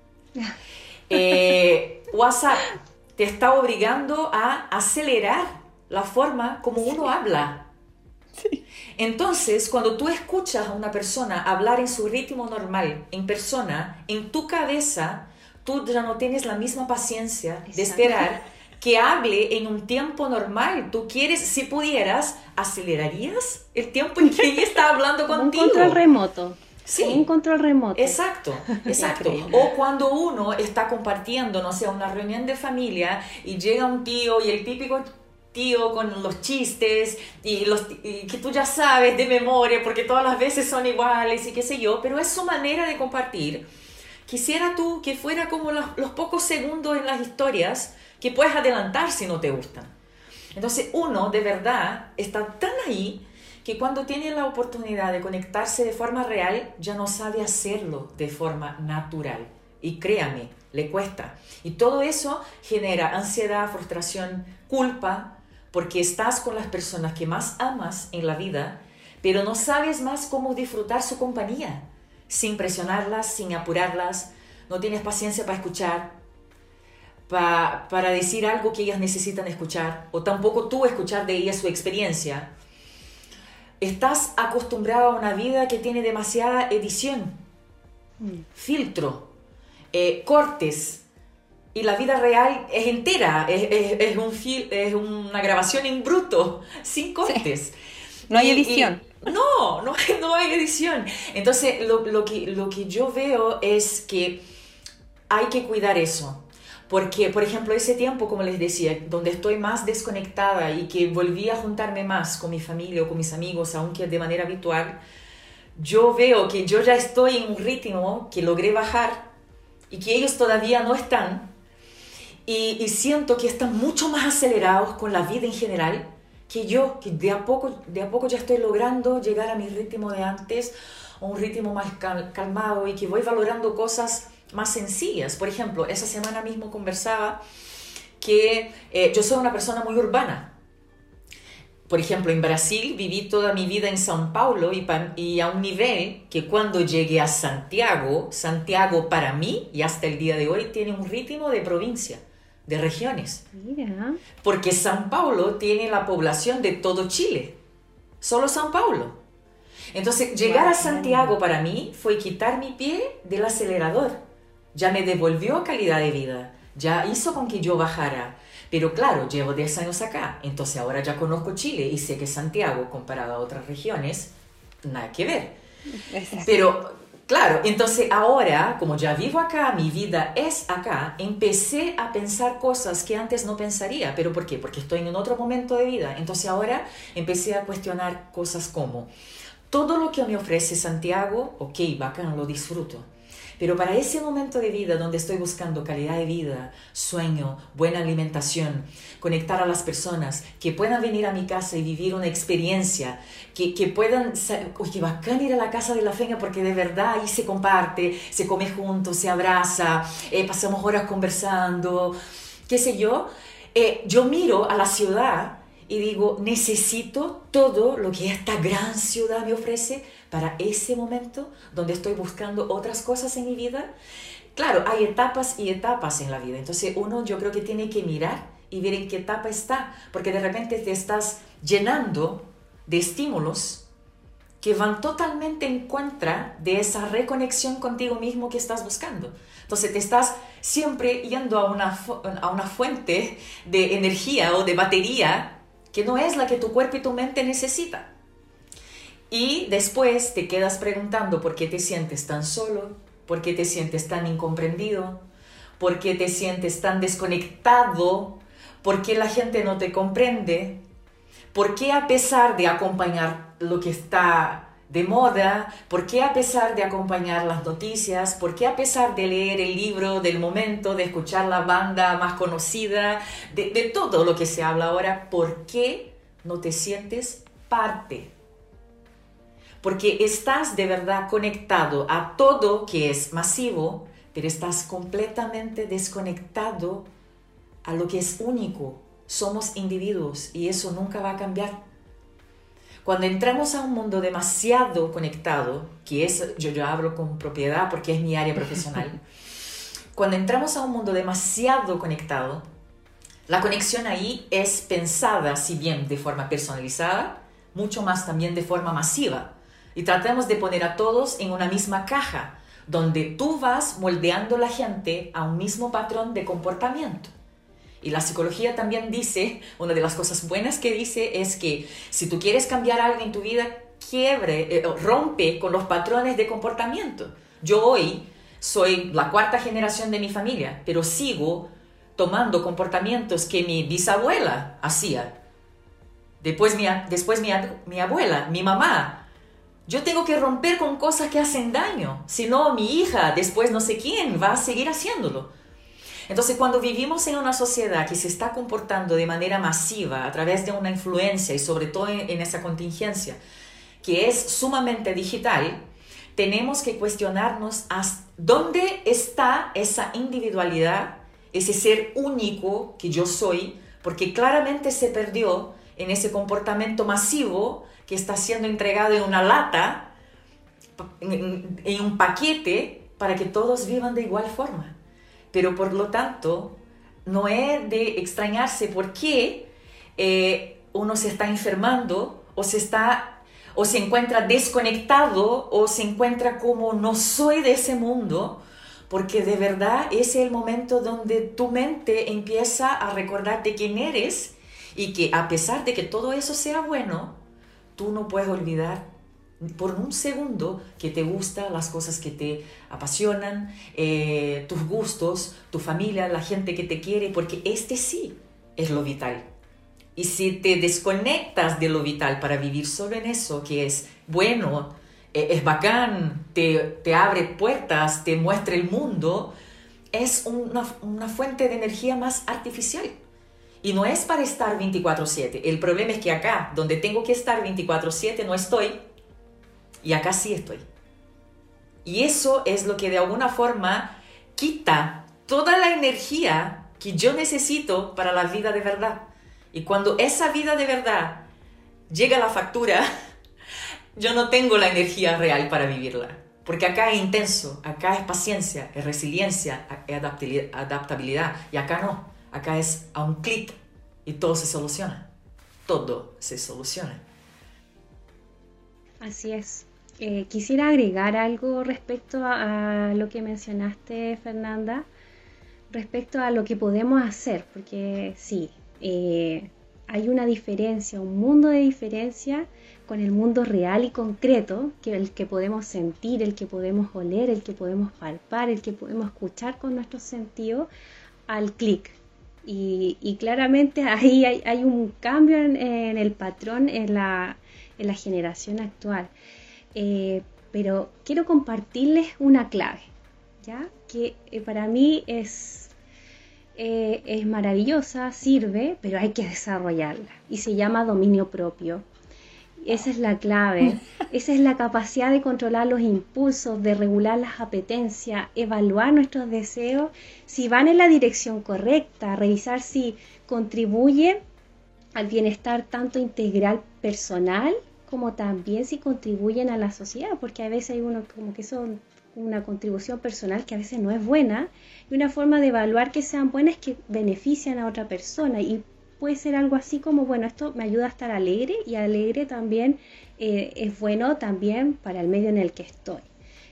WhatsApp te está obligando a acelerar la forma como uno habla. Sí. Entonces, cuando tú escuchas a una persona hablar en su ritmo normal, en persona, en tu cabeza, tú ya no tienes la misma paciencia de esperar que hable en un tiempo normal. Tú quieres, si pudieras, ¿acelerarías el tiempo en que ella está hablando contigo? Un control remoto. Sí. Un control remoto. Exacto, exacto. O cuando uno está compartiendo, no sé, una reunión de familia y llega un tío y el típico tío con los chistes y que tú ya sabes de memoria porque todas las veces son iguales y qué sé yo, pero es su manera de compartir. Quisiera tú que fuera como los pocos segundos en las historias que puedes adelantar si no te gustan. Entonces uno de verdad está tan ahí que cuando tiene la oportunidad de conectarse de forma real ya no sabe hacerlo de forma natural. Y créame, le cuesta. Y todo eso genera ansiedad, frustración, culpa, porque estás con las personas que más amas en la vida, pero no sabes más cómo disfrutar su compañía, sin presionarlas, sin apurarlas, no tienes paciencia para escuchar, para decir algo que ellas necesitan escuchar, o tampoco tú escuchar de ellas su experiencia. Estás acostumbrado a una vida que tiene demasiada edición, filtro, cortes, y la vida real es entera, es una grabación en bruto, sin cortes. Sí. No hay edición. No hay edición. Entonces, lo que yo veo es que hay que cuidar eso. Porque, por ejemplo, ese tiempo, como les decía, donde estoy más desconectada y que volví a juntarme más con mi familia o con mis amigos, aunque de manera habitual, yo veo que yo ya estoy en un ritmo que logré bajar y que ellos todavía no están. Y siento que están mucho más acelerados con la vida en general que yo, que de a poco ya estoy logrando llegar a mi ritmo de antes, a un ritmo más calmado y que voy valorando cosas más sencillas. Por ejemplo, esa semana mismo conversaba que yo soy una persona muy urbana. Por ejemplo, en Brasil viví toda mi vida en São Paulo y a un nivel que cuando llegué a Santiago para mí y hasta el día de hoy tiene un ritmo de provincia, de regiones. Mira. Porque São Paulo tiene la población de todo Chile, solo São Paulo. Entonces, llegar a Santiago para mí fue quitar mi pie del acelerador. Ya me devolvió calidad de vida, ya hizo con que yo bajara. Pero claro, llevo 10 años acá, entonces ahora ya conozco Chile y sé que Santiago, comparado a otras regiones, nada que ver. Exacto. Pero claro, entonces ahora, como ya vivo acá, mi vida es acá, empecé a pensar cosas que antes no pensaría. ¿Pero por qué? Porque estoy en otro momento de vida. Entonces ahora empecé a cuestionar cosas como: todo lo que me ofrece Santiago, ok, bacán, lo disfruto. Pero para ese momento de vida donde estoy buscando calidad de vida, sueño, buena alimentación, conectar a las personas, que puedan venir a mi casa y vivir una experiencia, que puedan, oye, bacán ir a la casa de la Feña porque de verdad ahí se comparte, se come juntos, se abraza, pasamos horas conversando, qué sé yo. Yo miro a la ciudad y digo, necesito todo lo que esta gran ciudad me ofrece para ese momento donde estoy buscando otras cosas en mi vida. Claro, hay etapas y etapas en la vida. Entonces uno, yo creo que tiene que mirar y ver en qué etapa está, porque de repente te estás llenando de estímulos que van totalmente en contra de esa reconexión contigo mismo que estás buscando. Entonces te estás siempre yendo a una fuente de energía o de batería que no es la que tu cuerpo y tu mente necesitan. Y después te quedas preguntando por qué te sientes tan solo, por qué te sientes tan incomprendido, por qué te sientes tan desconectado, por qué la gente no te comprende, por qué a pesar de acompañar lo que está de moda, por qué a pesar de acompañar las noticias, por qué a pesar de leer el libro del momento, de escuchar la banda más conocida, de todo lo que se habla ahora, ¿por qué no te sientes parte? Porque estás de verdad conectado a todo que es masivo, pero estás completamente desconectado a lo que es único, somos individuos y eso nunca va a cambiar. Cuando entramos a un mundo demasiado conectado, que es, yo hablo con propiedad porque es mi área profesional, cuando entramos a un mundo demasiado conectado, la conexión ahí es pensada, si bien de forma personalizada, mucho más también de forma masiva. Y tratamos de poner a todos en una misma caja, donde tú vas moldeando a la gente a un mismo patrón de comportamiento. Y la psicología también dice, una de las cosas buenas que dice es que si tú quieres cambiar algo en tu vida, rompe con los patrones de comportamiento. Yo hoy soy la 4ª generación de mi familia, pero sigo tomando comportamientos que mi bisabuela hacía. Después mi abuela, mi mamá. Yo tengo que romper con cosas que hacen daño. Si no, mi hija, después no sé quién, va a seguir haciéndolo. Entonces, cuando vivimos en una sociedad que se está comportando de manera masiva a través de una influencia y sobre todo en esa contingencia que es sumamente digital, tenemos que cuestionarnos dónde está esa individualidad, ese ser único que yo soy, porque claramente se perdió en ese comportamiento masivo que está siendo entregado en una lata, en un paquete, para que todos vivan de igual forma. Pero por lo tanto, no es de extrañarse por qué uno se está enfermando o se encuentra desconectado o se encuentra como no soy de ese mundo, porque de verdad ese es el momento donde tu mente empieza a recordarte quién eres y que a pesar de que todo eso sea bueno, tú no puedes olvidar por un segundo que te gustan las cosas que te apasionan, tus gustos, tu familia, la gente que te quiere, porque sí es lo vital. Y si te desconectas de lo vital para vivir solo en eso, que es bueno, es bacán, te abre puertas, te muestra el mundo, es una fuente de energía más artificial. Y no es para estar 24/7. El problema es que acá, donde tengo que estar 24/7, no estoy. Y acá sí estoy. Y eso es lo que de alguna forma quita toda la energía que yo necesito para la vida de verdad. Y cuando esa vida de verdad llega a la factura, yo no tengo la energía real para vivirla. Porque acá es intenso, acá es paciencia, es resiliencia, es adaptabilidad. Y acá no, acá es a un clic y todo se soluciona. Todo se soluciona. Así es. Quisiera agregar algo respecto a lo que mencionaste, Fernanda, respecto a lo que podemos hacer, porque sí, hay una diferencia, un mundo de diferencia con el mundo real y concreto, que el que podemos sentir, el que podemos oler, el que podemos palpar, el que podemos escuchar con nuestros sentidos, al clic. Y claramente ahí hay un cambio en el patrón en la generación actual. Pero quiero compartirles una clave, ¿ya? Que para mí es maravillosa, sirve, pero hay que desarrollarla. Y se llama dominio propio. Esa es la clave. Esa es la capacidad de controlar los impulsos, de regular las apetencias, evaluar nuestros deseos, si van en la dirección correcta, revisar si contribuyen al bienestar tanto integral personal como también si contribuyen a la sociedad, porque a veces hay uno como que son una contribución personal que a veces no es buena, y una forma de evaluar que sean buenas es que benefician a otra persona, y puede ser algo así como, bueno, esto me ayuda a estar alegre, y alegre también es bueno también para el medio en el que estoy.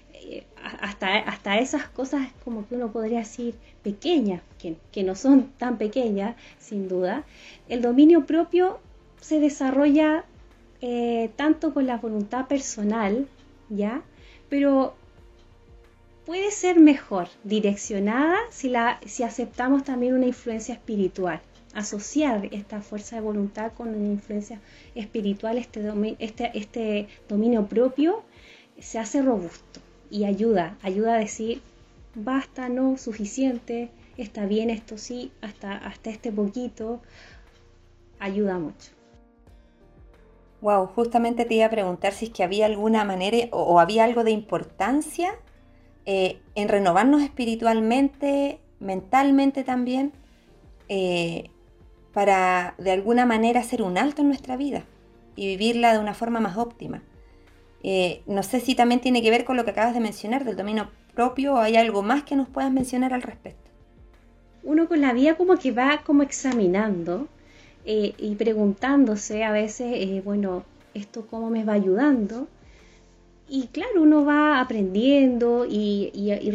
Hasta esas cosas como que uno podría decir pequeñas, que no son tan pequeñas, sin duda. El dominio propio se desarrolla tanto con la voluntad personal, ¿ya? Pero puede ser mejor direccionada si aceptamos también una influencia espiritual. Asociar esta fuerza de voluntad con una influencia espiritual, este dominio propio, se hace robusto y ayuda a decir, basta, no, suficiente, está bien, esto sí, hasta este poquito, ayuda mucho. Wow, justamente te iba a preguntar si es que había alguna manera o había algo de importancia en renovarnos espiritualmente, mentalmente también, para de alguna manera hacer un alto en nuestra vida y vivirla de una forma más óptima. No sé si también tiene que ver con lo que acabas de mencionar del dominio propio, o hay algo más que nos puedas mencionar al respecto. Uno con la vida como que va como examinando y preguntándose a veces, bueno, ¿esto cómo me va ayudando? Y claro, uno va aprendiendo y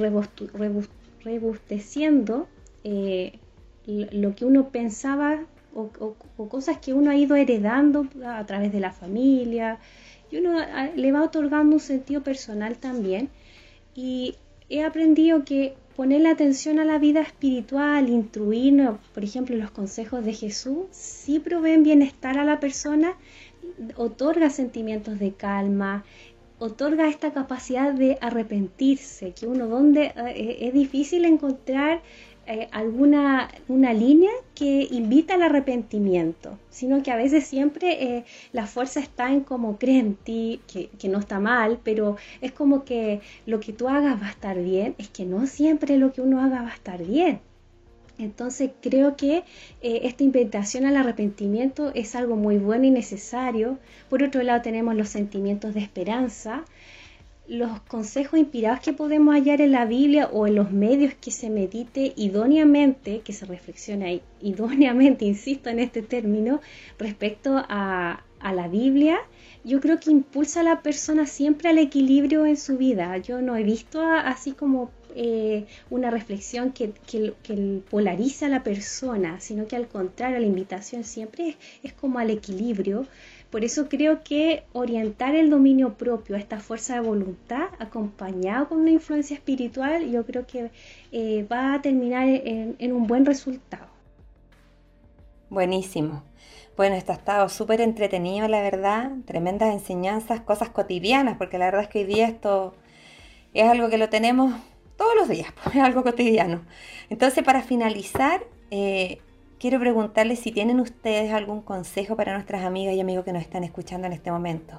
rebusteciendo lo que uno pensaba o cosas que uno ha ido heredando a través de la familia, y uno le va otorgando un sentido personal también. Y he aprendido que ponerle atención a la vida espiritual, instruirnos, por ejemplo, los consejos de Jesús, sí proveen bienestar a la persona, otorga sentimientos de calma, otorga esta capacidad de arrepentirse, que uno donde es difícil encontrar una línea que invita al arrepentimiento, sino que a veces siempre la fuerza está en cómo cree en ti, que no está mal, pero es como que lo que tú hagas va a estar bien, es que no siempre lo que uno haga va a estar bien. Entonces creo que esta invitación al arrepentimiento es algo muy bueno y necesario. Por otro lado tenemos los sentimientos de esperanza, los consejos inspirados que podemos hallar en la Biblia o en los medios que se medite idóneamente, que se reflexione idóneamente, insisto en este término, respecto a la Biblia. Yo creo que impulsa a la persona siempre al equilibrio en su vida. Yo no he visto así como una reflexión que polariza a la persona, sino que al contrario, la invitación siempre es como al equilibrio. Por eso creo que orientar el dominio propio a esta fuerza de voluntad, acompañado con una influencia espiritual, yo creo que va a terminar en un buen resultado. Buenísimo. Bueno, esto ha estado súper entretenido, la verdad. Tremendas enseñanzas, cosas cotidianas, porque la verdad es que hoy día esto es algo que lo tenemos todos los días, pues, es algo cotidiano. Entonces, para finalizar, quiero preguntarles si tienen ustedes algún consejo para nuestras amigas y amigos que nos están escuchando en este momento.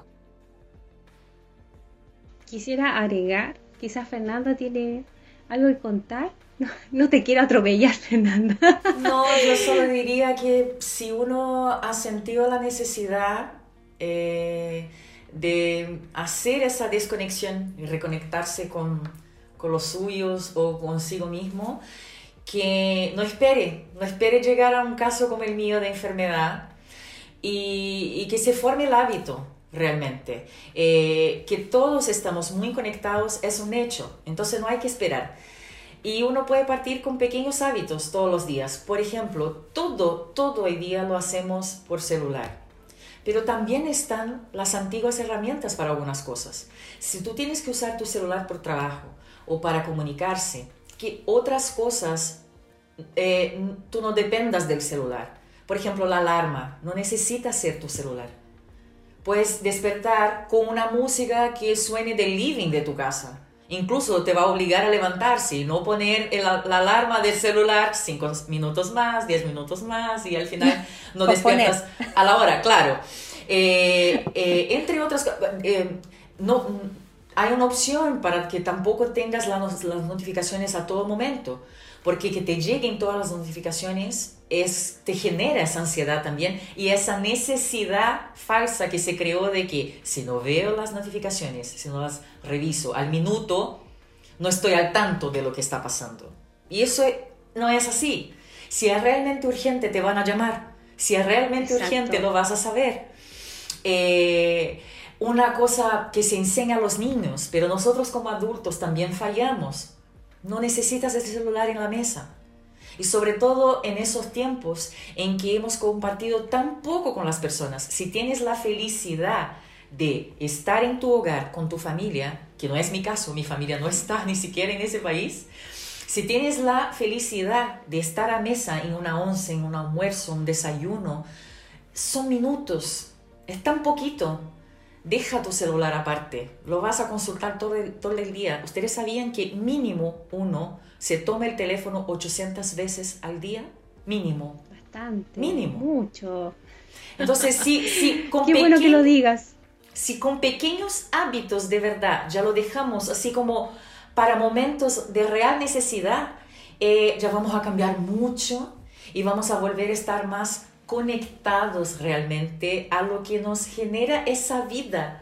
Quisiera agregar, quizás Fernanda tiene algo que contar. No te quiero atropellar, Fernanda. No, yo solo diría que si uno ha sentido la necesidad de hacer esa desconexión y reconectarse con los suyos o consigo mismo, que no espere llegar a un caso como el mío de enfermedad y que se forme el hábito realmente. Que todos estamos muy conectados es un hecho, entonces no hay que esperar. Y uno puede partir con pequeños hábitos todos los días. Por ejemplo, todo hoy día lo hacemos por celular. Pero también están las antiguas herramientas para algunas cosas. Si tú tienes que usar tu celular por trabajo o para comunicarse, que otras cosas tú no dependas del celular. Por ejemplo, la alarma no necesita ser tu celular. Puedes despertar con una música que suene del living de tu casa. Incluso te va a obligar a levantarse y no poner la alarma del celular 5 minutos más, 10 minutos más y al final no despiertas a la hora, claro. Entre otras cosas, hay una opción para que tampoco tengas las notificaciones a todo momento, porque que te lleguen todas las notificaciones te genera esa ansiedad también y esa necesidad falsa que se creó de que si no veo las notificaciones, si no las reviso al minuto, no estoy al tanto de lo que está pasando. Y eso no es así. Si es realmente urgente, te van a llamar. Si es realmente urgente, lo vas a saber. Una cosa que se enseña a los niños, pero nosotros como adultos también fallamos. No necesitas el celular en la mesa. Y sobre todo en esos tiempos en que hemos compartido tan poco con las personas. Si tienes la felicidad de estar en tu hogar con tu familia, que no es mi caso, mi familia no está ni siquiera en ese país. Si tienes la felicidad de estar a mesa en una once, en un almuerzo, un desayuno, son minutos, es tan poquito. Deja tu celular aparte, lo vas a consultar todo el día. ¿Ustedes sabían que mínimo uno se toma el teléfono 800 veces al día? Mínimo. Bastante. Mínimo. Mucho. Entonces, si con Qué bueno que lo digas. Si con pequeños hábitos de verdad ya lo dejamos así como para momentos de real necesidad, ya vamos a cambiar mucho y vamos a volver a estar más conectados realmente a lo que nos genera esa vida,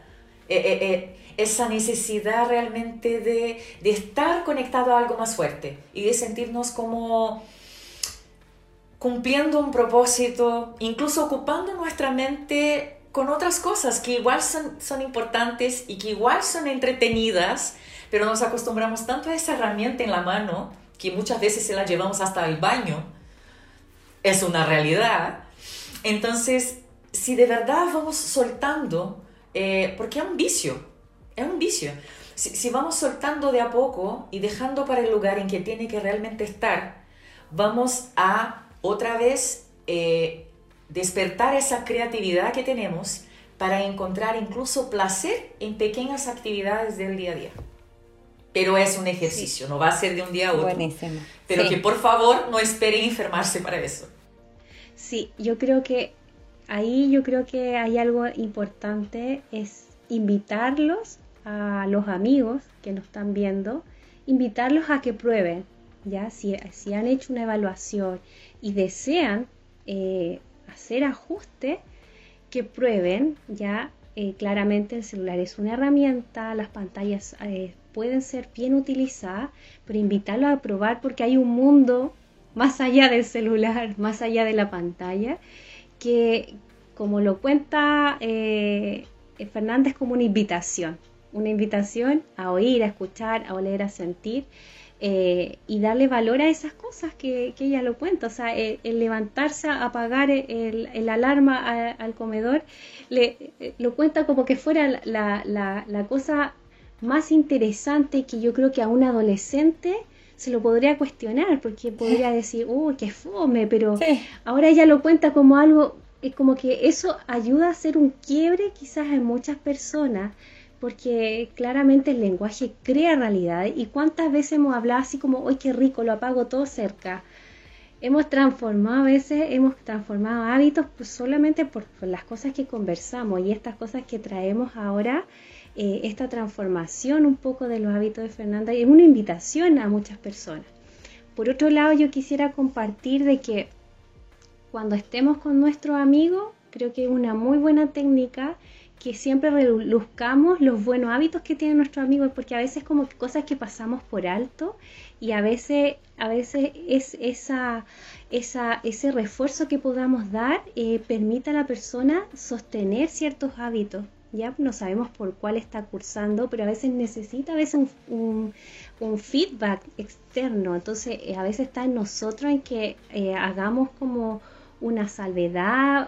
esa necesidad realmente de estar conectado a algo más fuerte y de sentirnos como cumpliendo un propósito, incluso ocupando nuestra mente con otras cosas que igual son importantes y que igual son entretenidas, pero nos acostumbramos tanto a esa herramienta en la mano que muchas veces se la llevamos hasta el baño. Es una realidad. Entonces, si de verdad vamos soltando, porque es un vicio, si vamos soltando de a poco y dejando para el lugar en que tiene que realmente estar, vamos a otra vez despertar esa creatividad que tenemos para encontrar incluso placer en pequeñas actividades del día a día. Pero es un ejercicio, no va a ser de un día a otro. Buenísimo. Pero que por favor no esperen enfermarse para eso. Sí, yo creo que hay algo importante, es invitarlos a los amigos que nos están viendo, invitarlos a que prueben, ¿ya? Si han hecho una evaluación y desean hacer ajuste, que prueben, ¿ya? Claramente el celular es una herramienta, las pantallas pueden ser bien utilizadas, pero invitarlos a probar porque hay un mundo más allá del celular, más allá de la pantalla, que como lo cuenta Fernanda, es como una invitación a oír, a escuchar, a oler, a sentir, y darle valor a esas cosas que ella lo cuenta. O sea, el levantarse a apagar el alarma al comedor, lo cuenta como que fuera la cosa más interesante, que yo creo que a un adolescente se lo podría cuestionar, porque podría decir, qué fome, pero sí. Ahora ella lo cuenta como algo, como que eso ayuda a hacer un quiebre quizás en muchas personas, porque claramente el lenguaje crea realidad. Y cuántas veces hemos hablado así como, ¡ay, qué rico, lo apago todo cerca! Hemos transformado hábitos pues solamente por las cosas que conversamos, y estas cosas que traemos ahora, esta transformación un poco de los hábitos de Fernanda, es una invitación a muchas personas. Por otro lado, yo quisiera compartir de que cuando estemos con nuestros amigos, creo que es una muy buena técnica que siempre reluzcamos los buenos hábitos que tienen nuestros amigos, porque a veces como que cosas que pasamos por alto, y a veces es ese refuerzo que podamos dar permite a la persona sostener ciertos hábitos. Ya no sabemos por cuál está cursando, pero a veces necesita un feedback externo. Entonces a veces está en nosotros en que hagamos como una salvedad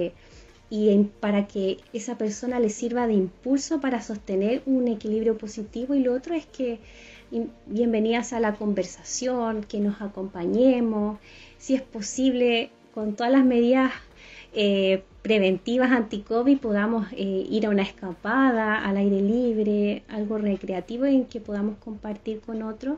para que esa persona le sirva de impulso para sostener un equilibrio positivo. Y lo otro es que bienvenidas a la conversación, que nos acompañemos, si es posible, con todas las medidas preventivas anti-COVID, podamos ir a una escapada al aire libre, algo recreativo en que podamos compartir con otros.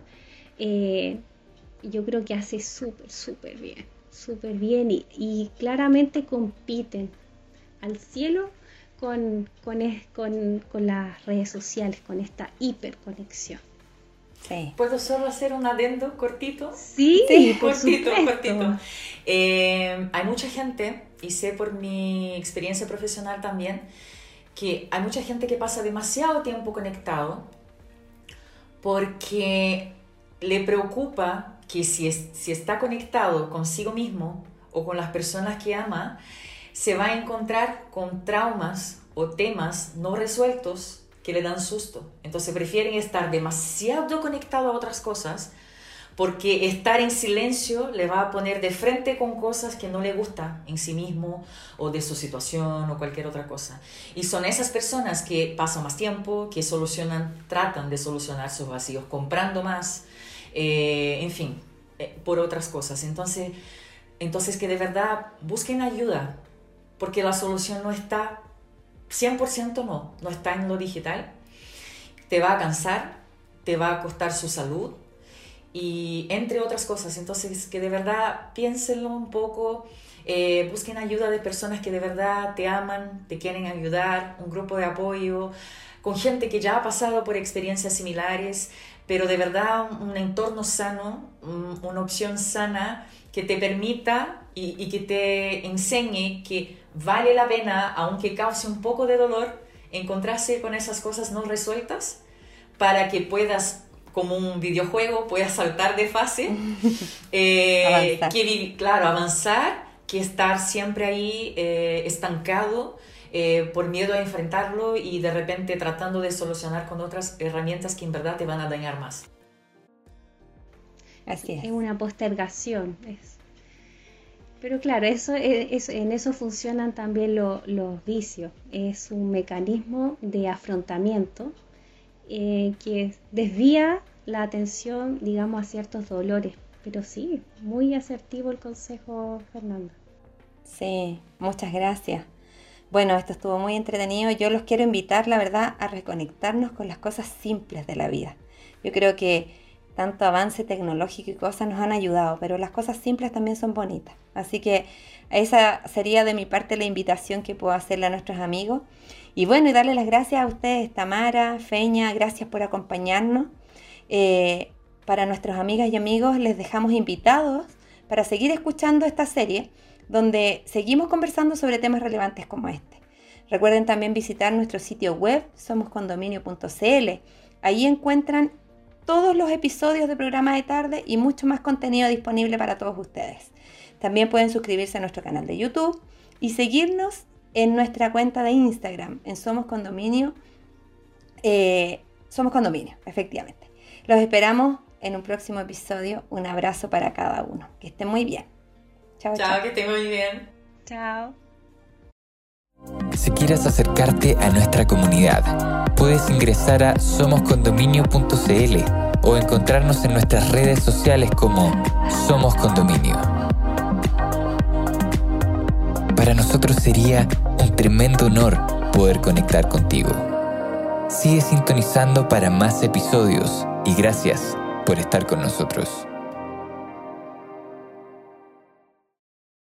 Yo creo que hace súper bien y claramente compiten al cielo con las redes sociales, con esta hiperconexión. Sí. ¿Puedo solo hacer un adendo cortito? Sí, cortito. Hay mucha gente, y sé por mi experiencia profesional también, que hay mucha gente que pasa demasiado tiempo conectado porque le preocupa que si está conectado consigo mismo o con las personas que ama, se va a encontrar con traumas o temas no resueltos que le dan susto. Entonces prefieren estar demasiado conectado a otras cosas, porque estar en silencio le va a poner de frente con cosas que no le gustan en sí mismo o de su situación o cualquier otra cosa. Y son esas personas que pasan más tiempo, que tratan de solucionar sus vacíos comprando más, en fin, por otras cosas. Entonces que de verdad busquen ayuda, porque la solución no está 100%, no está en lo digital. Te va a cansar, te va a costar su salud y entre otras cosas. Entonces que de verdad piénsenlo un poco, busquen ayuda de personas que de verdad te aman, te quieren ayudar, un grupo de apoyo con gente que ya ha pasado por experiencias similares, pero de verdad un entorno sano, una opción sana que te permita y que te enseñe que vale la pena, aunque cause un poco de dolor, encontrarse con esas cosas no resueltas para que puedas, como un videojuego, puedas saltar de fase, avanzar, que estar siempre ahí estancado por miedo a enfrentarlo y de repente tratando de solucionar con otras herramientas que en verdad te van a dañar más. Así es una postergación. Pero claro, en eso funcionan también los vicios. Es un mecanismo de afrontamiento que desvía la atención, digamos, a ciertos dolores. Pero sí, muy asertivo el consejo, Fernanda. Sí, muchas gracias. Bueno, esto estuvo muy entretenido. Yo los quiero invitar, la verdad, a reconectarnos con las cosas simples de la vida. Yo creo que tanto avance tecnológico y cosas nos han ayudado, pero las cosas simples también son bonitas. Así que esa sería de mi parte la invitación que puedo hacerle a nuestros amigos. Y bueno, y darle las gracias a ustedes, Tamara, Feña, gracias por acompañarnos. Para nuestros amigas y amigos les dejamos invitados para seguir escuchando esta serie donde seguimos conversando sobre temas relevantes como este. Recuerden también visitar nuestro sitio web somoscondominio.cl. Ahí encuentran todos los episodios del programa de tarde y mucho más contenido disponible para todos ustedes. También pueden suscribirse a nuestro canal de YouTube y seguirnos en nuestra cuenta de Instagram, en Somos Condominio. Somos Condominio, efectivamente. Los esperamos en un próximo episodio. Un abrazo para cada uno. Que estén muy bien. Chao, chao. Que estén muy bien. Chao. Si quieres acercarte a nuestra comunidad, puedes ingresar a somoscondominio.cl o encontrarnos en nuestras redes sociales como Somos Condominio. Para nosotros sería un tremendo honor poder conectar contigo. Sigue sintonizando para más episodios y gracias por estar con nosotros.